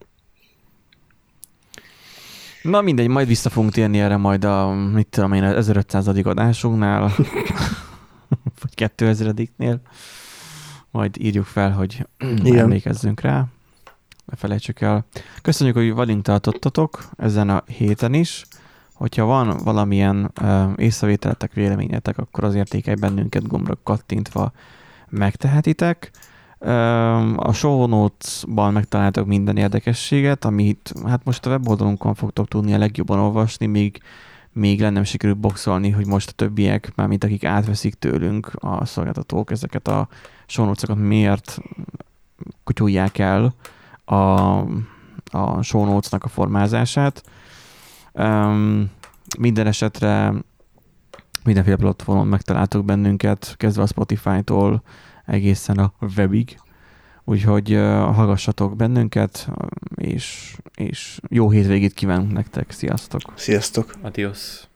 Na mindegy, majd vissza fogunk térni erre majd a, 1500. adásunknál, vagy 2000-nél. Majd írjuk fel, hogy emlékezzünk rá. Ne felejtsük el. Köszönjük, hogy velünk tartottatok ezen a héten is. Hogyha van valamilyen észrevételetek, véleményetek, akkor az értékelj bennünket gombra kattintva megtehetitek. A show notes-ban megtaláltok minden érdekességet, amit hát most a weboldalunkon fogtok tudni a legjobban olvasni, még le nem sikerült boxolni, hogy most a többiek, mármint akik átveszik tőlünk a szolgáltatók, ezeket a show notes-okat miért kutyulják el a show notes-nak a formázását. Minden esetre mindenféle platformon megtaláltok bennünket, kezdve a Spotify-tól egészen a webig. Úgyhogy hallgassatok bennünket, és jó hétvégét kívánunk nektek. Sziasztok! Sziasztok! Adios!